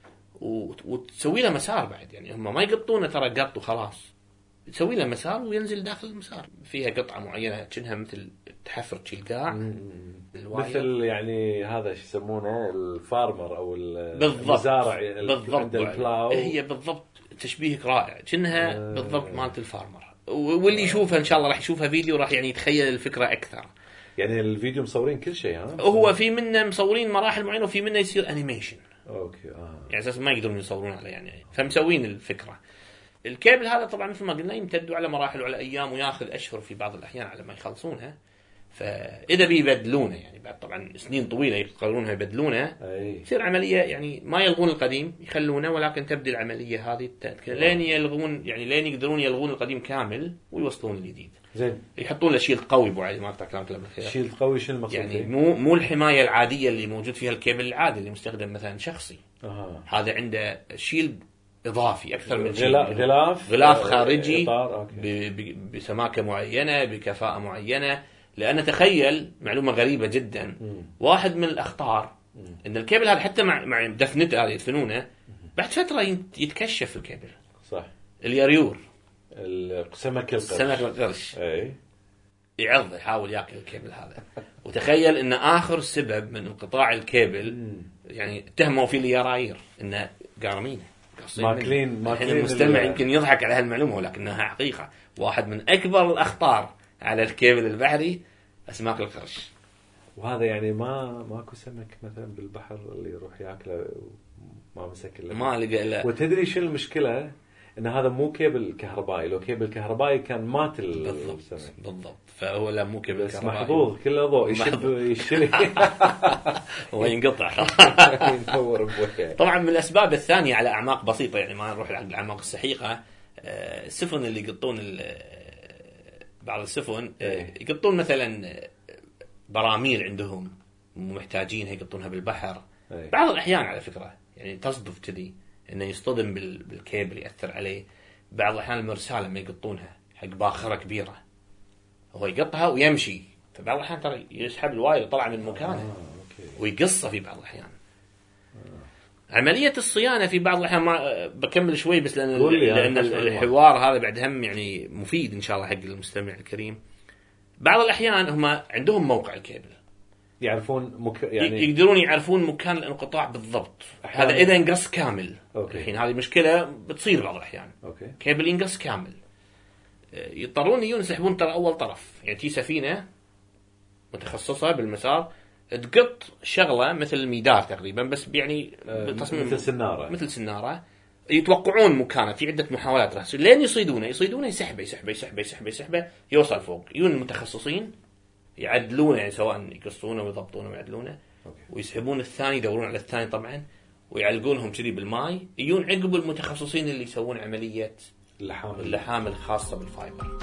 وتسوي له مسار بعد. يعني هم ما يقطونه ترى قط وخلاص، تسوي له مسار وينزل داخل المسار. فيها قطعة معينة كأنها مثل تحفر القاع مثل يعني هذا شو يسمونه الفارمر أو المزارع عند البلاو. هي بالضبط تشبيهك رائع، كأنها بالضبط مالت الفارمر. واللي يشوفها إن شاء الله راح يشوفها فيديو راح يعني يتخيل الفكرة أكثر. يعني الفيديو مصورين كل شيء هو في منه مصورين مراحل معينة وفي منه يصير أنيميشن. أوكي. يعني أساسا ما يقدرون يصورون على يعني فمسوين الفكرة. الكيبل هذا طبعا مثل ما قلنا يمتد على مراحل وعلى أيام وياخذ أشهر في بعض الأحيان على ما يخلصونها. فإذا بيبدلونه يعني بعد طبعا سنين طويلة يقررونها يبدلونه، يصير عملية يعني ما يلغون القديم يخلونه، ولكن تبدي العملية هذه لين يلغون يعني لين يقدرون يلغون القديم كامل ويوصلون الجديد. زين. يحطون له شيلد قوي ابو علي، ما افتكر كلامك قبل الخير. شيلد قوي شنو المقصود؟ يعني مو الحماية العادية اللي موجود فيها الكيبل العادي اللي مستخدم مثلا شخصي. هذا عنده شيلد إضافي أكثر من شيء، غلاف خارجي بسماكة معينة بكفاءة معينة. لأن تخيل معلومة غريبة جدا، واحد من الأخطار إن الكيبل هذا حتى مع دفنته هذه يدفنونه بعد فترة يتكشف الكيبل. صح. اليريور سمك القرش يعض يحاول يأكل الكيبل هذا. وتخيل إن آخر سبب من انقطاع الكيبل يعني اتهموا فيه اليراير إنه قارمينه. ماكلين المستمع يمكن يضحك على هالمعلومة ولكنها حقيقة. واحد من أكبر الأخطار على الكيبل البحري أسماك القرش. وهذا يعني ماكو سمك مثلا بالبحر اللي يروح ياكله ما مسك الا ما لقى لا. وتدري شنو المشكله؟ ان هذا مو كيبل كهربائي، لو كيبل كهربائي كان مات السمك. بالضبط. فهو لا مو كيبل كهربائي، محظوظ كله ضوء يشري وينقطع. ينور بوجهه. طبعا من الاسباب الثانيه على اعماق بسيطه، يعني ما نروح للاعماق السحيقه، السفن اللي يقطون بعض السفن يقطون مثلا براميل عندهم محتاجينها يقطونها بالبحر. بعض الأحيان على فكرة يعني تصدف كذي إنه يصطدم بالكيبل يأثر عليه. بعض الأحيان المرسال لما يقطونها حق باخرة كبيرة هو يقطها ويمشي، فبعض الأحيان ترى يسحب الواير ويطلع من مكانه ويقصه في بعض الأحيان. عملية الصيانة في بعض الأحيان ما بكمل شوي بس لأن الحوار هذا بعد هم يعني مفيد إن شاء الله حق المستمع الكريم. بعض الأحيان هم عندهم موقع الكيبل يعرفون يعني يقدرون يعرفون مكان الانقطاع بالضبط. هذا إذا انقص كامل. الحين هذه مشكلة بتصير بعض الأحيان. كيبل ينقص كامل يضطرون يسحبون ترى أول طرف. يعني تي سفينة متخصصة بالمسار تقط شغلة مثل الميدار تقريبا، بس يعني مثل سنارة يتوقعون مكانه في عدة محاولات رأس لين يصيدونه يسحبه يوصل فوق. يجون المتخصصين يعدلونه، يعني سواء يقصونه ويضبطونه ويعدلونه ويسحبون الثاني، يدورون على الثاني طبعا ويعلقونهم كذي بالماء. يجون عقب المتخصصين اللي يسوون عملية اللحام الخاصة بالفايبر.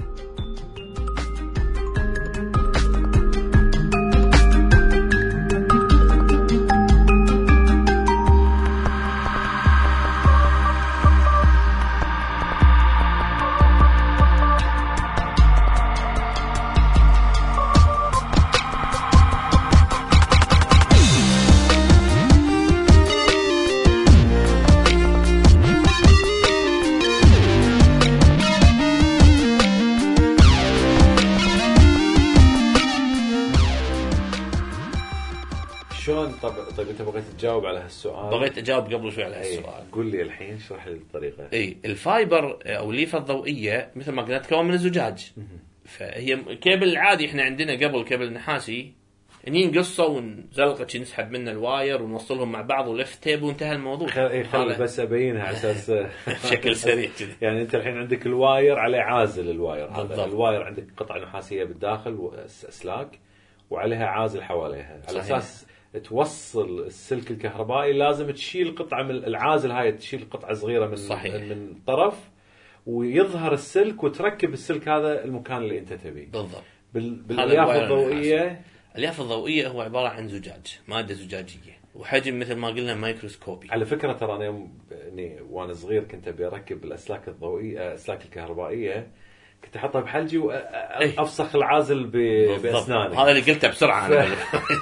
طيب انت بغيت تجاوب على هالسؤال؟ بغيت اجاوب قبل شوي على هالسؤال. قل لي الحين اشرح لي الطريقه. الفايبر او الليفه الضوئيه مثل ما قلنا تتكون من الزجاج. فهي كيبل العادي احنا عندنا قبل كيبل نحاسي نقصه ونزلقه نسحب منه الواير ونوصلهم مع بعض ولفت تيب وانتهى الموضوع. خل بس ابينها على اساس بشكل سريع كذا. يعني انت الحين عندك الواير عليه عازل الواير. هذا الواير عندك قطعه نحاسيه بالداخل واسلاك وعليها عازل حواليها. على اساس توصل السلك الكهربائي لازم تشيل قطعة من العازل هاي، تشيل قطعة صغيرة من طرف ويظهر السلك وتركب السلك هذا المكان اللي انت تبيه. بالضبط. بالالياف الضوئية. الالياف الضوئية هو عبارة عن زجاج، مادة زجاجية وحجم مثل ما قلنا مايكروسكوبي. على فكرة ترى أنا وانا صغير كنت ابي اركب الاسلاك الضوئية اسلاك الكهربائية، كنت احطها بحلجي وافسخ العازل باسناني. هذا اللي قلته بسرعه انا.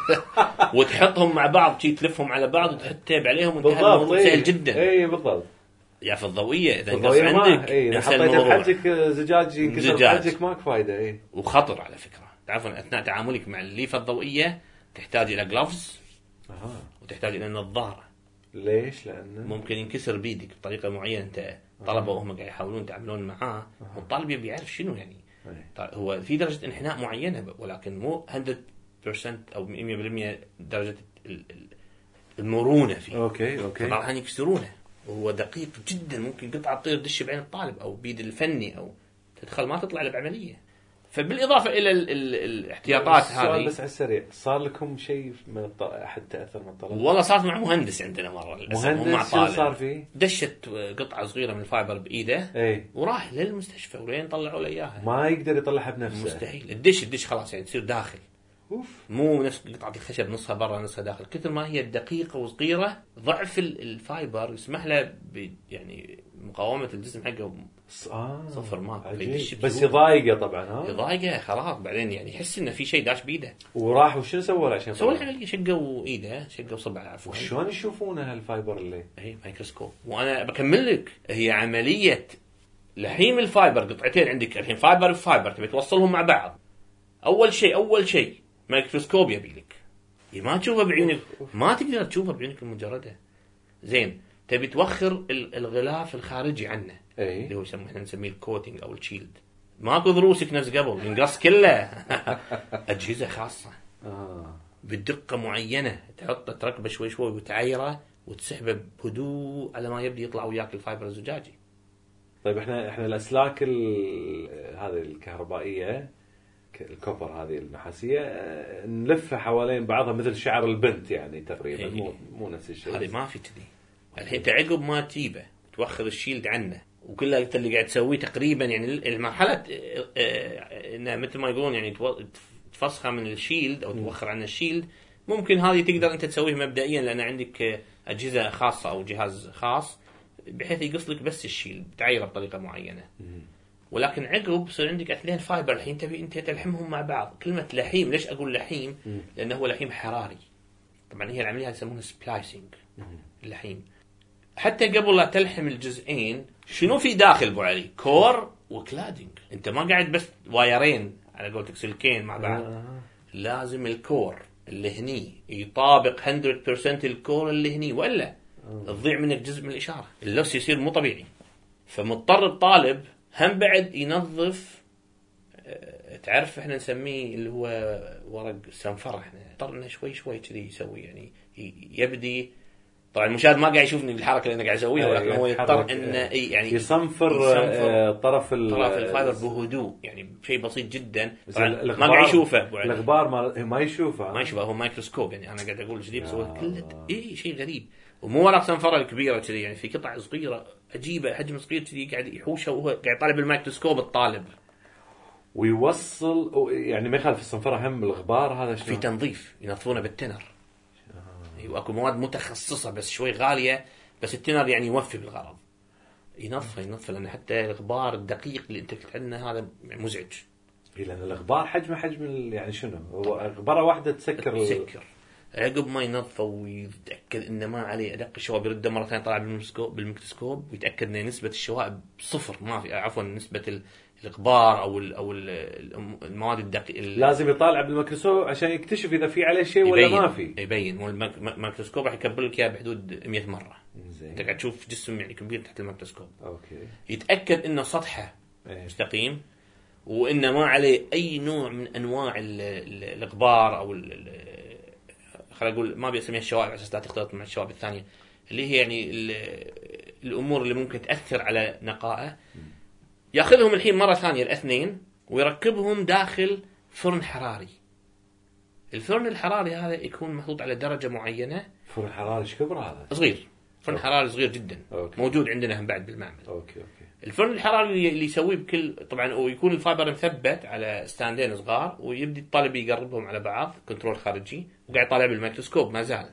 وتحطهم مع بعض شي تلفهم على بعض وتحط تيب عليهم وانتهى الموضوع سهل جدا. اي بالضبط. يا في الضوئيه اذا انقص عندك اذا حطيت بحلجك زجاج ينكسر بحلجك ماك فايده. وخطر على فكره. تعرفون اثناء تعاملك مع الليفه الضوئيه تحتاج الى جلوفز وتحتاج الى نظاره. ليش؟ لانه ممكن ينكسر بيدك بطريقه معينه. انت طلبه وهم قاعد يحاولون يتعاملون معاه والطالب يبي يعرف شنو يعني. هو في درجة انحناء معينة ولكن مو 100% أو 100% درجة المرونة فيه. أوكي. بعض الأحيان يكسرونه وهو دقيق جدا، ممكن قطعة تطير تدش بعين الطالب أو بيد الفني أو تدخل ما تطلع له بعملية. فبالإضافة إلى الاحتياطات هذه بس على السريع صار لكم شيء من أحد تأثر من الطلب؟ والله صارت مع مهندس عندنا مرة. مهندس شو صار فيه؟ دشت قطعة صغيرة من الفايبر بإيده وراح للمستشفى ولين طلعوا له إياها. ما يقدر يطلعها بنفسه. مستحيل. الدش خلاص يعني تصير داخل. مو نفس قطعة الخشب نصها برا نصها داخل. كثر ما هي دقيقة وصغيرة ضعف الفايبر يسمح له يعني مقاومة الجسم حقه صفر ماك. بس يضايقه طبعا. يضايقه خلاص بعدين يعني يحس انه في شيء داش بيده. وراح وشنو سوى عشان سوى العملية؟ شقوا ايده شقوا صبعه عفوا. وشلون يشوفونه هالفايبر اللي هي مايكروسكوب. وانا بكمل لك هي عملية لحيم الفايبر. قطعتين عندك الحين فايبر وفايبر تبي توصلهم مع بعض. اول شيء مايكروسكوب يبي لك. ما تشوفه بعينك، ما تقدر تشوفه بعينك المجردة. زين تبي توخر الغلاف الخارجي عنه اللي هو احنا نسميه الكوتينج او الشيلد. ماكو ضروسك نفس قبل، ينقص كله. اجهزه خاصه بدقه معينه، تحطه تركبه شوي شوي وتعيره وتسحبه بهدوء على ما يبدي يطلع وياك الفايبر الزجاجي. طيب احنا الاسلاك هذه الكهربائيه الكوبر هذه النحاسيه نلفها حوالين بعضها مثل شعر البنت يعني تقريبا. مو نفس الشيء. هذه ما في كذي. الحين تعقب ما تجيبه توخر الشيلد عنه وكل اللي قاعد تسويه تقريبا يعني المرحله انه مثل ما يقولون يعني تفسخها من الشيلد او توخر عن الشيلد. ممكن هذه تقدر انت تسويه مبدئيا لان عندك اجهزه خاصه او جهاز خاص بحيث يقص لك بس الشيلد تعيره بطريقه معينه. ولكن عقب يصير عندك اثنين فايبر الحين تبي انت تلحمهم مع بعض. كلمه لحيم، ليش اقول لحيم؟ لانه هو لحيم حراري. طبعا هي العمليه يسمونها سبلايسنج اللحيم. حتى قبل لا تلحم الجزئين شنو في داخل ابو علي؟ كور وكلادنج. انت ما قاعد بس وايرين على قولتك سلكين مع بعض. لازم الكور اللي هني يطابق 100% الكور اللي هني، ولا تضيع منك جزء من الاشاره. اللبس يصير مو طبيعي. فمضطر الطالب هم بعد ينظف. تعرف احنا نسميه اللي هو ورق السنفره، احنا اضطرنا شوي شوي كذي يسوي يعني يبدي. طبعا المشاهد ما قاعد يشوفني بالحركه اللي انا قاعد اسويها، ولكن هو يضطر انه يعني يصنفر طرف الفايبر بهدوء، يعني شيء بسيط جدا. ما قاعد يشوفه الغبار ما يشوفه هو مايكروسكوب. يعني انا قاعد اقول كذي بسوي كله شيء غريب. ومو ورق سنفره الكبيره كذي، يعني في قطع صغيره عجيبه حجم صغير كذي قاعد يحوشها وهو قاعد يطالع بالمايكروسكوب الطالب ويوصل. يعني ما يخالف الصنفره هم الغبار هذا في تنظيف ينظفونه بالتنر. واكو مواد متخصصه بس شوي غاليه، بس التنر يعني يوفي بالغرض. ينظف لان حتى الغبار الدقيق اللي انت قلت عنه هذا مزعج. لان الغبار حجم يعني شنو هو غبره واحده تسكر. عقب ما ينظفه ويتاكد انه ما عليه ادق الشوائب يرده مره ثانيه طالع بالميكروسكوب ويتاكد ان نسبه الشوائب صفر، ما في عفوا نسبه الغبار او المواد الدقيقه. لازم يطالع بالميكروسكوب عشان يكتشف اذا في عليه شيء ولا ما في. يبين. والميكروسكوب راح يكبر لك اياه بحدود 100 مره. انت قاعد تشوف جسم يعني كبير تحت الميكروسكوب. اوكي. يتاكد انه سطحه مستقيم وانه ما عليه اي نوع من انواع الغبار او خلينا نقول ما بيسميها الشوائب على اساس لا تختلط مع الشوائب الثانيه اللي هي يعني الامور اللي ممكن تاثر على نقائه. ياخذهم الحين مره ثانيه الاثنين ويركبهم داخل فرن حراري. الفرن الحراري هذا يكون محطوط على درجه معينه. فرن حراري ايش كبره هذا؟ صغير. فرن حراري صغير جدا. أوكي. موجود عندنا هم بعد بالمعمل. اوكي. الفرن الحراري اللي يسويه بكل طبعا ويكون الفايبر مثبت على ستاندين صغار ويبدي الطالب يقربهم على بعض كنترول خارجي وقاعد يطالع بالميكروسكوب ما زال.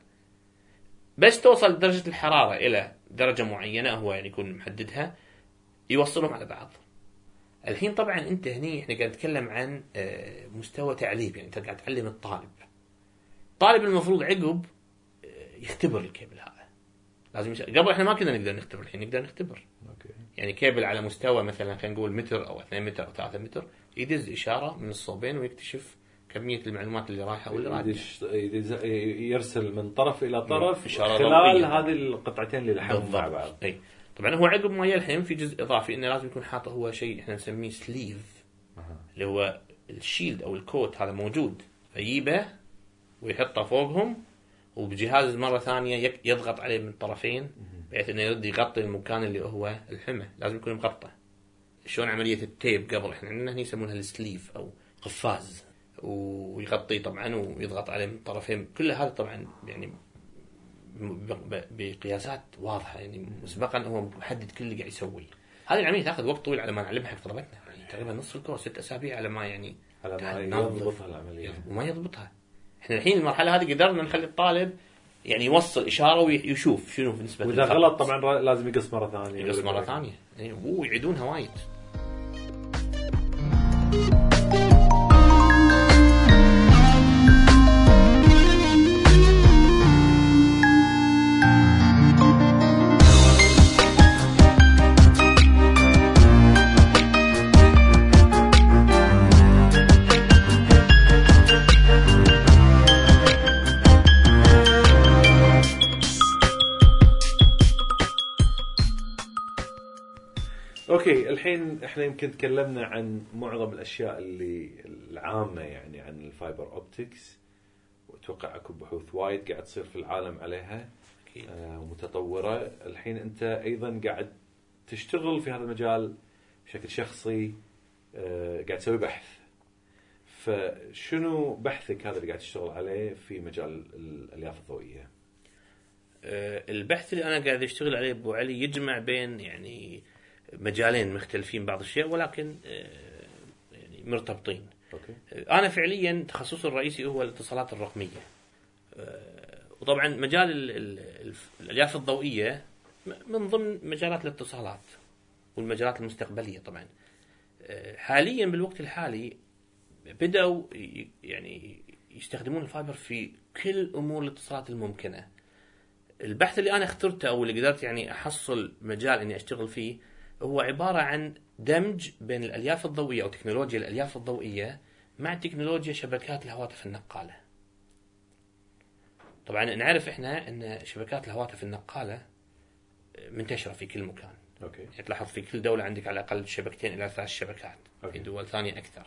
بس توصل درجه الحراره الى درجه معينه هو يعني يكون محددها يوصلهم على بعض. الحين طبعا انت هني احنا قاعد نتكلم عن مستوى تعليم، يعني انت قاعد تعلم الطالب. الطالب المفروض عقب يختبر الكيبل هذا. لازم قبل احنا ما كنا نقدر نختبر، الحين نقدر نختبر. اوكي. يعني كيبل على مستوى مثلا خلينا نقول متر او 2 متر او 3 متر يدز اشاره من الصوبين ويكتشف كميه المعلومات اللي رايحه واللي راجعه. يرسل من طرف الى طرف خلال هذه القطعتين اللي لحمهم مع بعض. اي طبعا هو عقب ما يلحم في جزء اضافي انه لازم يكون حاطه هو شيء احنا نسميه سليف اللي هو الشيلد او الكوت هذا موجود فيجيبه ويحطه فوقهم وبجهاز مرة ثانية يضغط عليه من طرفين بحيث انه يرد يغطي المكان اللي هو الحمى. لازم يكون مغطى. شلون عملية التيب قبل احنا عندنا هني يسمونها السليف او قفاز ويغطيه طبعا ويضغط عليه من طرفين. كل هذا طبعا يعني بقياسات واضحة يعني مسبقا هو محدد كل اللي قاعد يسويه. هذه العملية تاخذ وقت طويل على ما نعلمها حق طلبتنا، يعني تقريبا نصف الكورس 6 أسابيع على ما يعني على ما يضبطها العملية وما يضبطها. احنا الحين المرحلة هذه قدرنا نخلي الطالب يعني يوصل إشارة ويشوف شنو في نسبة. وإذا غلط طبعا لازم يقص مرة ثانية. يقص مرة ثانية يعني ويعيدونها وايد. اوكي الحين احنا يمكن تكلمنا عن معظم الاشياء اللي العامه يعني عن الفايبر اوبتكس، واتوقع اكو بحوث وايد قاعد تصير في العالم عليها متطوره. الحين انت ايضا قاعد تشتغل في هذا المجال بشكل شخصي، قاعد تسوي بحث. فشنو بحثك هذا اللي قاعد تشتغل عليه في مجال الالياف الضوئيه؟ البحث اللي انا قاعد اشتغل عليه ابو علي يجمع بين يعني مجالين مختلفين بعض الشيء، ولكن يعني مرتبطين. أوكي. انا فعليا تخصصي الرئيسي هو الاتصالات الرقميه، وطبعا مجال الالياف الضوئيه من ضمن مجالات الاتصالات والمجالات المستقبليه. طبعا حاليا بالوقت الحالي بدأوا يعني يستخدمون الفايبر في كل امور الاتصالات الممكنه. البحث اللي انا اخترته او اللي قدرت يعني احصل مجال اني اشتغل فيه هو عباره عن دمج بين الالياف الضوئيه او تكنولوجيا الالياف الضوئيه مع تكنولوجيا شبكات الهواتف النقاله. طبعا نعرف احنا ان شبكات الهواتف النقاله منتشره في كل مكان. اوكي. يعني تلاحظ في كل دوله عندك على الاقل 2 إلى 3 شبكات. أوكي. في دول ثانيه اكثر.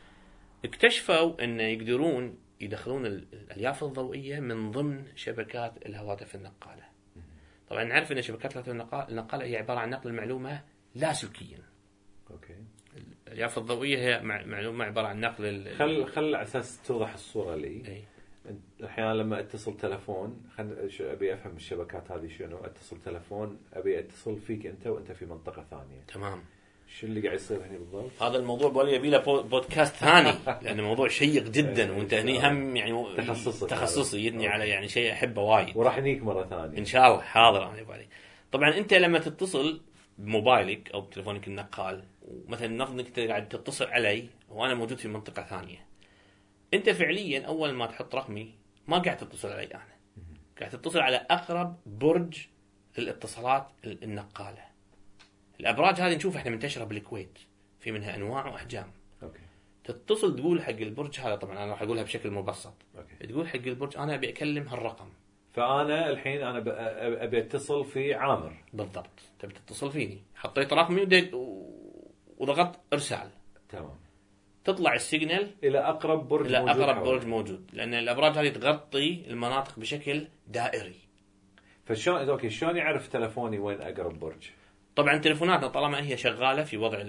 اكتشفوا ان يقدرون يدخلون الالياف الضوئيه من ضمن شبكات الهواتف النقاله. طبعا نعرف ان شبكات الهواتف النقاله هي عباره عن نقل المعلومه لاسلكيا. اوكي. الالياف الضوئيه هي معلومه عباره عن نقل خل على اساس توضح الصوره لي. أي. احيانا لما اتصل تلفون ابي افهم الشبكات هذه شنو. اتصل تلفون ابي اتصل فيك انت وانت في منطقه ثانيه. تمام. شو اللي قاعد يصير هنا بالضبط؟ هذا الموضوع بولي يبي له بودكاست ثاني لأن الموضوع شيق جدا وانت هني هم يعني تخصصي يدني على يعني شيء احبه وايد، وراح نيك مره ثانيه ان شاء الله. حاضر انا يبالي. طبعا انت لما تتصل بموبايلك او بتليفونك النقال، ومثلا نفرض انك قاعد تتصل علي وانا موجود في منطقه ثانيه، انت فعليا اول ما تحط رقمي ما قاعد تتصل علي انا، قاعد تتصل على اقرب برج للاتصالات النقاله. الابراج هذه نشوف احنا منتشره بالكويت، في منها انواع واحجام. اوكي. تتصل تقول حق البرج هذا، طبعا انا راح اقولها بشكل مبسط. أوكي. تقول حق البرج انا ابي اكلم هالرقم. فانا الحين انا ابي اتصل في عامر. بالضبط. تبي تتصل فيني، حطيت رقمي وضغطت ارسال. تمام. تطلع السيجنال الى اقرب برج الى موجود اقرب حوالي. برج موجود، لان الابراج هذه تغطي المناطق بشكل دائري. فشلون اوكي شلون يعرف تلفوني وين اقرب برج؟ طبعا تلفوناتنا طالما هي شغاله في وضع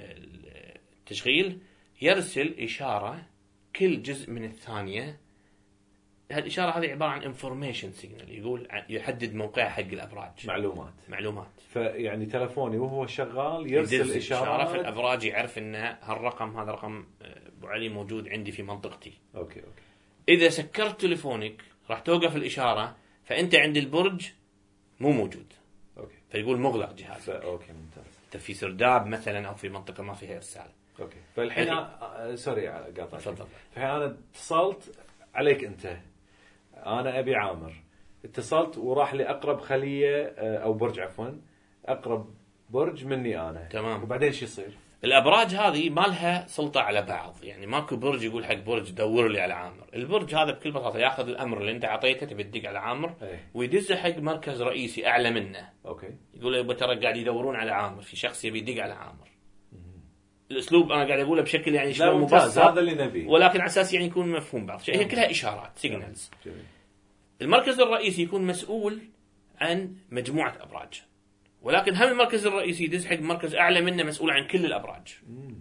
التشغيل يرسل اشاره كل جزء من الثانيه. هالاشاره هذه عباره عن انفورميشن سيجنال، يقول يحدد موقعها حق الابراج. معلومات. فيعني تلفوني وهو شغال يرسل اشاره في الابراج، يعرف ان هالرقم هذا رقم ابو علي موجود عندي في منطقتي. اوكي. اذا سكرت تليفونك راح توقف الاشاره، فانت عند البرج مو موجود. اوكي. فيقول مغلق جهازك. اوكي ممتاز. انت في سرداب مثلا او في منطقه ما فيها ارسال. اوكي. فالحين سوري قاطعك. تفضل. فالحين انا اتصلت عليك انت، انا ابي عامر، اتصلت وراح لي اقرب خليه او برج عفوا، اقرب برج مني انا. تمام. وبعدين شو يصير؟ الابراج هذه ما لها سلطه على بعض، يعني ماكو برج يقول حق برج دور لي على عامر. البرج هذا بكل بساطه ياخذ الامر اللي انت اعطيته تبي تدق على عامر ويدزه حق مركز رئيسي اعلى منه. اوكي. يقول له ترى قاعد يدورون على عامر، في شخص يبي يدق على عامر. الاسلوب انا قاعد اقوله بشكل يعني شوي مبسط، هذا اللي نبيه، ولكن على اساس يعني يكون مفهوم بعض شيء. هي كلها اشارات سيجنالز. المركز الرئيسي يكون مسؤول عن مجموعه ابراج، ولكن هم المركز الرئيسي يدز حق مركز اعلى منه مسؤول عن كل الابراج.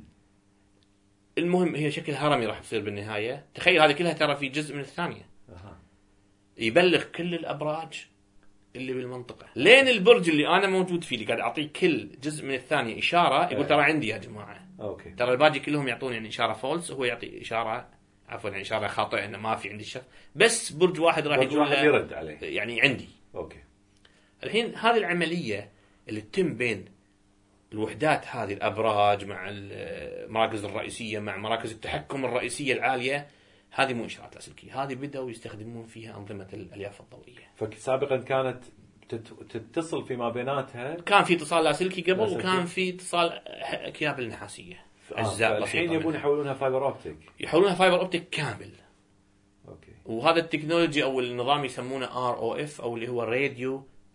المهم هي شكل هرمي راح تصير بالنهايه. تخيل هذه كلها ترى في جزء من الثانيه. يبلغ كل الابراج اللي بالمنطقه لين البرج اللي انا موجود فيه، اللي قاعد اعطيه كل جزء من الثانيه اشاره، يقول ترى عندي يا جماعه. اوكي. ترى الباقي كلهم يعطون يعني اشاره فولس، هو يعطي اشاره يعني اشاره خاطئه انه ما في عندي الشخص، بس برج واحد راح يقول واحد يرد عليه يعني عندي. اوكي. الحين هذه العمليه اللي تتم بين الوحدات هذه، الابراج مع المراكز الرئيسيه مع مراكز التحكم الرئيسيه العاليه، هذه مو اشارات لاسلكيه، هذه بداوا يستخدمون فيها انظمه الالياف الضوئيه. فسابقا كانت تتصل فيما بيناتها، كان في اتصال لاسلكي قبل وكان في اتصال كيابل نحاسيه اجزاء بسيطه. الحين يبون يحولونها فايبر اوبتيك، يحولونها فايبر اوبتيك كامل. اوكي. وهذا التكنولوجي او النظام يسمونه ROF او اللي هو راديو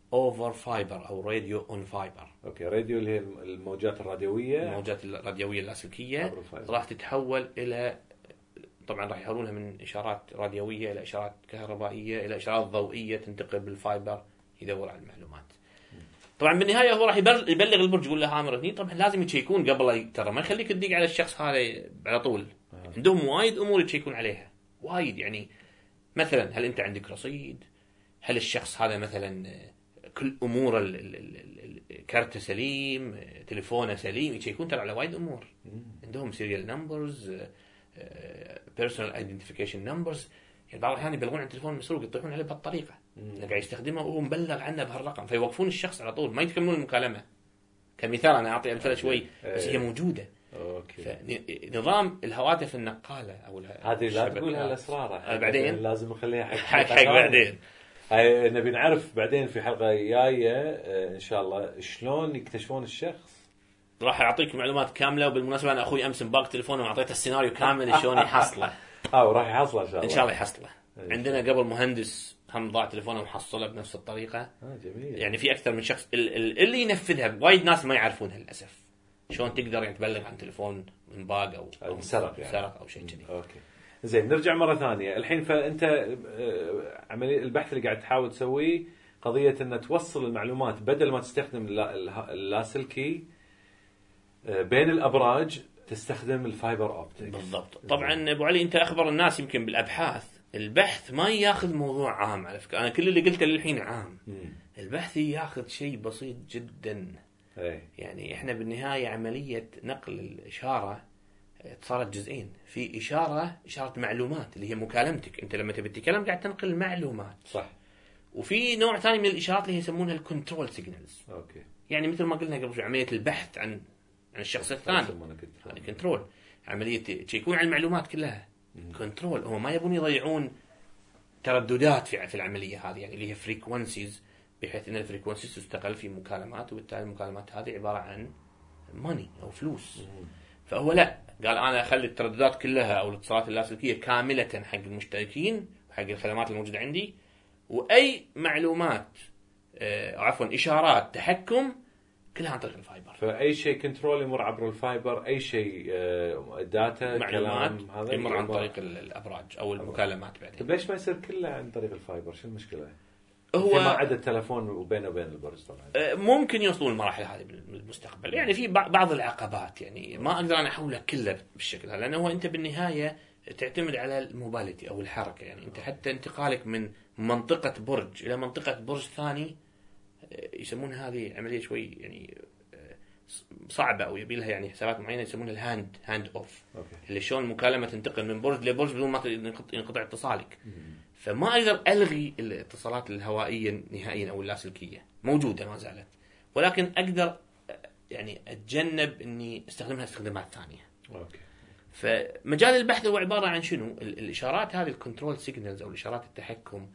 اوفر فايبر او راديو اون فايبر. اوكي، راديو اللي هي الموجات الراديويه، الموجات الراديويه اللاسلكيه راح تتحول الى، طبعا راح يحولونها من اشارات راديويه الى اشارات كهربائيه الى اشارات ضوئيه تنتقل بالفايبر يدور على المعلومات. طبعا بالنهايه هو راح يبلغ البرج يقول له هامر هني. طبعا لازم يشيكون قبل، ترى ما يخليك تدق على الشخص هذا على طول. عندهم وايد امور يشيكون عليها وايد. يعني مثلا هل انت عندك رصيد؟ هل الشخص هذا مثلا كل اموره كارته سليم، تليفونه سليم؟ يشيكون ترى على وايد امور. عندهم سيريال نمبرز، بيرسونال ايدنتيفيكيشن نمبرز. يعني بعض الاحيان يبلغون عن تليفون مسروق يطيحون عليه بهالطريقه، انه قاعد يستخدمه وهو مبلغ عنه بهالرقم، فيوقفون الشخص على طول ما يكملون المكالمه. كمثال انا اعطي امثله شوي بس هي موجوده. اوكي. نظام الهواتف النقاله او هذه لا تقولها الاسرار، بعدين لازم نخليها حق بعدين. هاي نبي نعرف بعدين في حلقه جايه ان شاء الله شلون يكتشفون الشخص. راح اعطيك معلومات كامله. وبالمناسبه انا اخوي امس مباق تليفونه واعطيته السيناريو كامل شلون يحصله. وراح يحصله ان شاء الله. ان شاء الله يحصله. عندنا قبل مهندس هم ضاع تليفونه وحصله بنفس الطريقه. جميل. يعني في اكثر من شخص اللي ينفذها. وايد ناس ما يعرفونها للاسف. شلون تقدر يعني تبلغ عن تليفون منباق او انسرق يعني. سرق او شيء كذي. اوكي زين، نرجع مره ثانيه الحين. فانت عمليه البحث اللي قاعد تحاول تسويه قضيه ان توصل المعلومات بدل ما تستخدم اللاسلكي بين الابراج، تستخدم الفايبر اوبتيك. بالضبط. طبعا ابو علي انت اخبر الناس يمكن بالابحاث. البحث ما ياخذ موضوع عام على فكره. انا كل اللي قلته للحين عام. البحث ياخذ شيء بسيط جدا. يعني احنا بالنهايه عمليه نقل الاشاره صارت جزئين. في اشاره معلومات اللي هي مكالمتك انت لما تبي تتكلم قاعد تنقل معلومات، صح. وفي نوع ثاني من الاشارات اللي هي يسمونها الكنترول سيجنالز. اوكي. يعني مثل ما قلنا قبل شوي عمليه البحث عن الشخص الثاني، كنترول. عمليه تشيكون على المعلومات كلها كنترول. هم ما يبون يضيعون ترددات في العمليه هذه، يعني اللي هي فريكونسيز، بحيث ان الفريكونسيز تستغل في مكالمات، وبالتالي المكالمات هذه عباره عن ماني او فلوس. فهو لا، قال انا اخلي الترددات كلها او الاتصالات اللاسلكيه كامله حق المشتركين وحق الخدمات الموجوده عندي، واي معلومات عفوا اشارات تحكم كلها عن طريق الفايبر. فاي شيء كنترول يمر عبر الفايبر، اي شيء داتا كلام هذا يمر عن طريق الابراج او المكالمات بعدين. طيب ليش ما يصير كله عن طريق الفايبر؟ شو المشكله؟ هو ما عدا التلفون وبينه وبين البرج طبعا. ممكن يوصلون المراحل هذه بالمستقبل. يعني في بعض العقبات، يعني ما اقدر انا احولها كله بالشكل هذا، لانه هو انت بالنهايه تعتمد على الموبيليتي او الحركه. يعني انت حتى انتقالك من منطقه برج الى منطقه برج ثاني يسمون هذه عمليه شوي يعني صعبه، او يبي لها يعني حسابات معينه يسمونها الهاند اوف. اللي شلون المكالمه تنتقل من برج لبرج بدون ما ينقطع اتصالك. فما اقدر الغي الاتصالات الهوائيه نهائيا او اللاسلكيه، موجوده ما زالت، ولكن اقدر يعني اتجنب اني استخدمها استخدامات ثانيه. اوكي. فمجال البحث هو عباره عن شنو؟ الاشارات هذه الكنترول سيجنالز او الاشارات التحكم،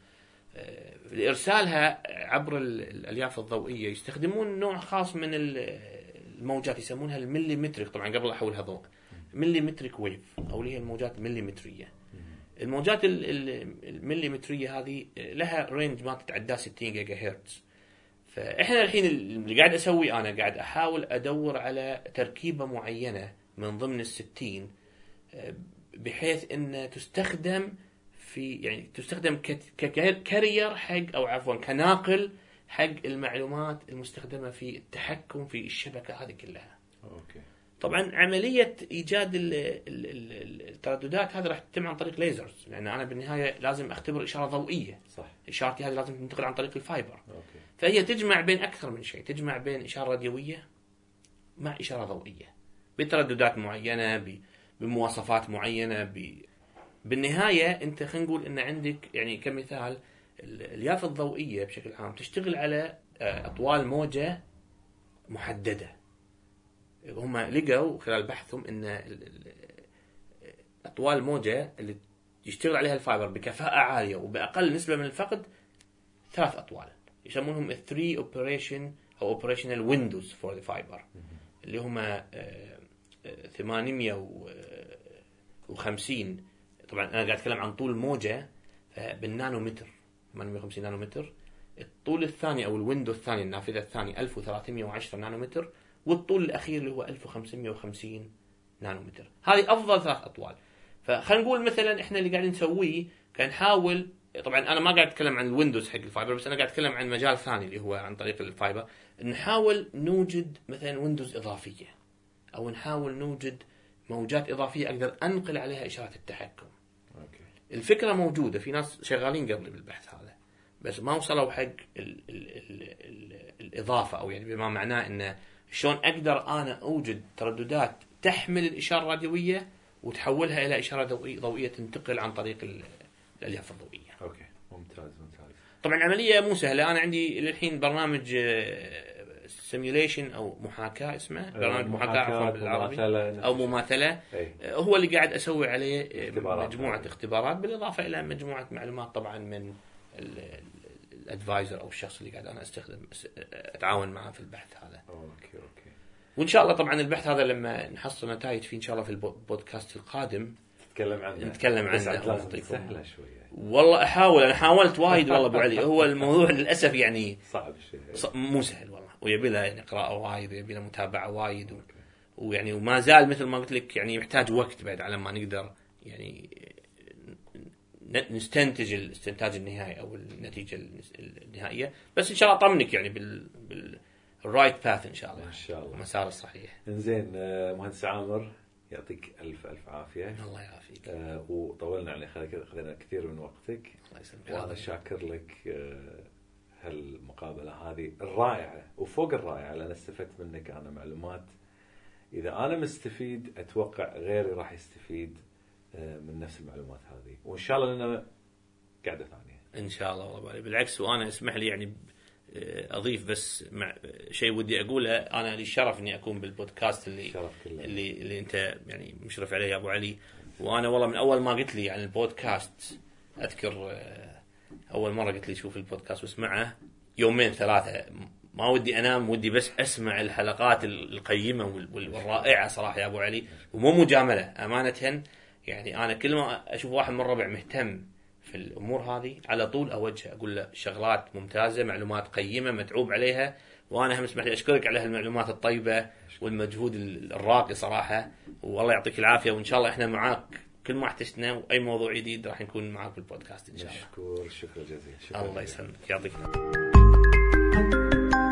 لارسالها عبر الالياف الضوئيه يستخدمون نوع خاص من الموجات يسمونها المليمتريك. طبعا قبل احولها ضوء، مليمتريك ويف او اللي هي الموجات المليمتريه. الموجات المليمتريه هذه لها رينج ما تتعدى 60 جيجا هرتز. فاحنا الحين اللي قاعد اسوي انا قاعد احاول ادور على تركيبه معينه من ضمن ال60 بحيث ان تستخدم في يعني تستخدم ككارير حق او عفوا كناقل حق المعلومات المستخدمه في التحكم في الشبكه هذه كلها. اوكي. طبعا عمليه ايجاد الترددات هذه راح تتم عن طريق ليزرز، لان انا بالنهايه لازم اختبر اشاره ضوئيه. صح. اشارتي هذه لازم تنتقل عن طريق الفايبر. اوكي. فهي تجمع بين اكثر من شيء، تجمع بين اشاره راديويه مع اشاره ضوئيه بترددات معينه بمواصفات معينه بالنهايه انت خلينا نقول ان عندك يعني كمثال اليافه الضوئيه بشكل عام تشتغل على اطوال موجه محدده. هم لقوا خلال بحثهم ان اطوال الموجه اللي يشتغل عليها الفايبر بكفاءه عاليه وباقل نسبه من الفقد 3 اطوال يسمونهم 3 اوبريشن او اوبريشنال ويندوز فور ذا فايبر، اللي هم 850. طبعا انا قاعد اتكلم عن طول موجه بالنانومتر، 850 نانومتر الطول الثاني او الويندو الثاني النافذه الثاني 1310 نانومتر، والطول الاخير اللي هو 1550 نانومتر. هذه افضل 3 اطوال. فخلينا نقول مثلا احنا اللي قاعدين نسويه كان نحاول، طبعا انا ما قاعد اتكلم عن الويندوز حق الفايبر، بس انا قاعد اتكلم عن مجال ثاني اللي هو عن طريق الفايبر، نحاول نوجد مثلا ويندوز اضافيه، او نحاول نوجد موجات اضافيه اقدر انقل عليها اشارات التحكم. أوكي. الفكره موجوده، في ناس شغالين قبل بالبحث هذا، بس ما وصلوا حق الاضافه، او يعني بما معناه انه شلون اقدر انا اوجد ترددات تحمل الاشاره الراديويه وتحولها الى اشاره ضوئيه تنتقل عن طريق الالياف الضوئيه. اوكي، ممتاز. طبعا العمليه مو سهله. انا عندي للحين برنامج سيميوليشن او محاكاه، اسمه برنامج محاكاه بالعربي او مماثله. هو اللي قاعد اسوي عليه مجموعه اختبارات، بالاضافه الى مجموعه معلومات طبعا من الادفايزر او الشخص اللي قاعد انا اتعاون معه في البحث هذا. اوكي. وان شاء الله طبعا البحث هذا لما نحصل نتائج فيه ان شاء الله في البودكاست القادم نتكلم عنه. سهله شويه والله احاول، انا حاولت وايد والله ابو علي. هو الموضوع للاسف يعني صعب شيء، مو سهل والله، ويبي له يعني قراءه وايد، ويبي له متابعه وايد، ويعني وما زال مثل ما قلت لك يعني يحتاج وقت بعد على ما نقدر يعني نستنتج الاستنتاج النهائي او النتيجه النهائيه. بس ان شاء الله اطمنك يعني الرايت باث ان شاء الله المسار الصحيح. انزين مهندس عامر، يعطيك الف عافيه. الله يعافيك. وطولنا عليه، خذينا كثير من وقتك. الله يسلمك. وانا شاكر لك هالمقابله هذه الرائعه وفوق الرائعه، لان استفدت منك انا معلومات. اذا انا مستفيد اتوقع غيري راح يستفيد من نفس المعلومات هذه، وان شاء الله لنا قعده ثانيه ان شاء الله. والله بالعكس، وانا اسمح لي يعني اضيف بس مع شيء ودي اقوله. انا لي الشرف اني اكون بالبودكاست اللي انت يعني مشرف عليه يا ابو علي. وانا والله من اول ما قلت لي عن البودكاست، اذكر اول مره قلت لي شوف البودكاست واسمعه، 2 3 ما ودي انام، ودي بس اسمع الحلقات القيمه والرائعه صراحه يا ابو علي، ومو مجامله امانه. يعني انا كل ما اشوف واحد من الربع مهتم في الامور هذه على طول اوجه اقول له شغلات ممتازه، معلومات قيمه متعوب عليها. وانا هم اسمح لي اشكرك على هالمعلومات الطيبه والمجهود الراقي صراحه، والله يعطيك العافيه. وان شاء الله احنا معاك كل ما احتجنا، واي موضوع جديد راح نكون معاك بالبودكاست ان شاء الله. شكرا جزيلا. الله يسلمك، يعطيك العافيه.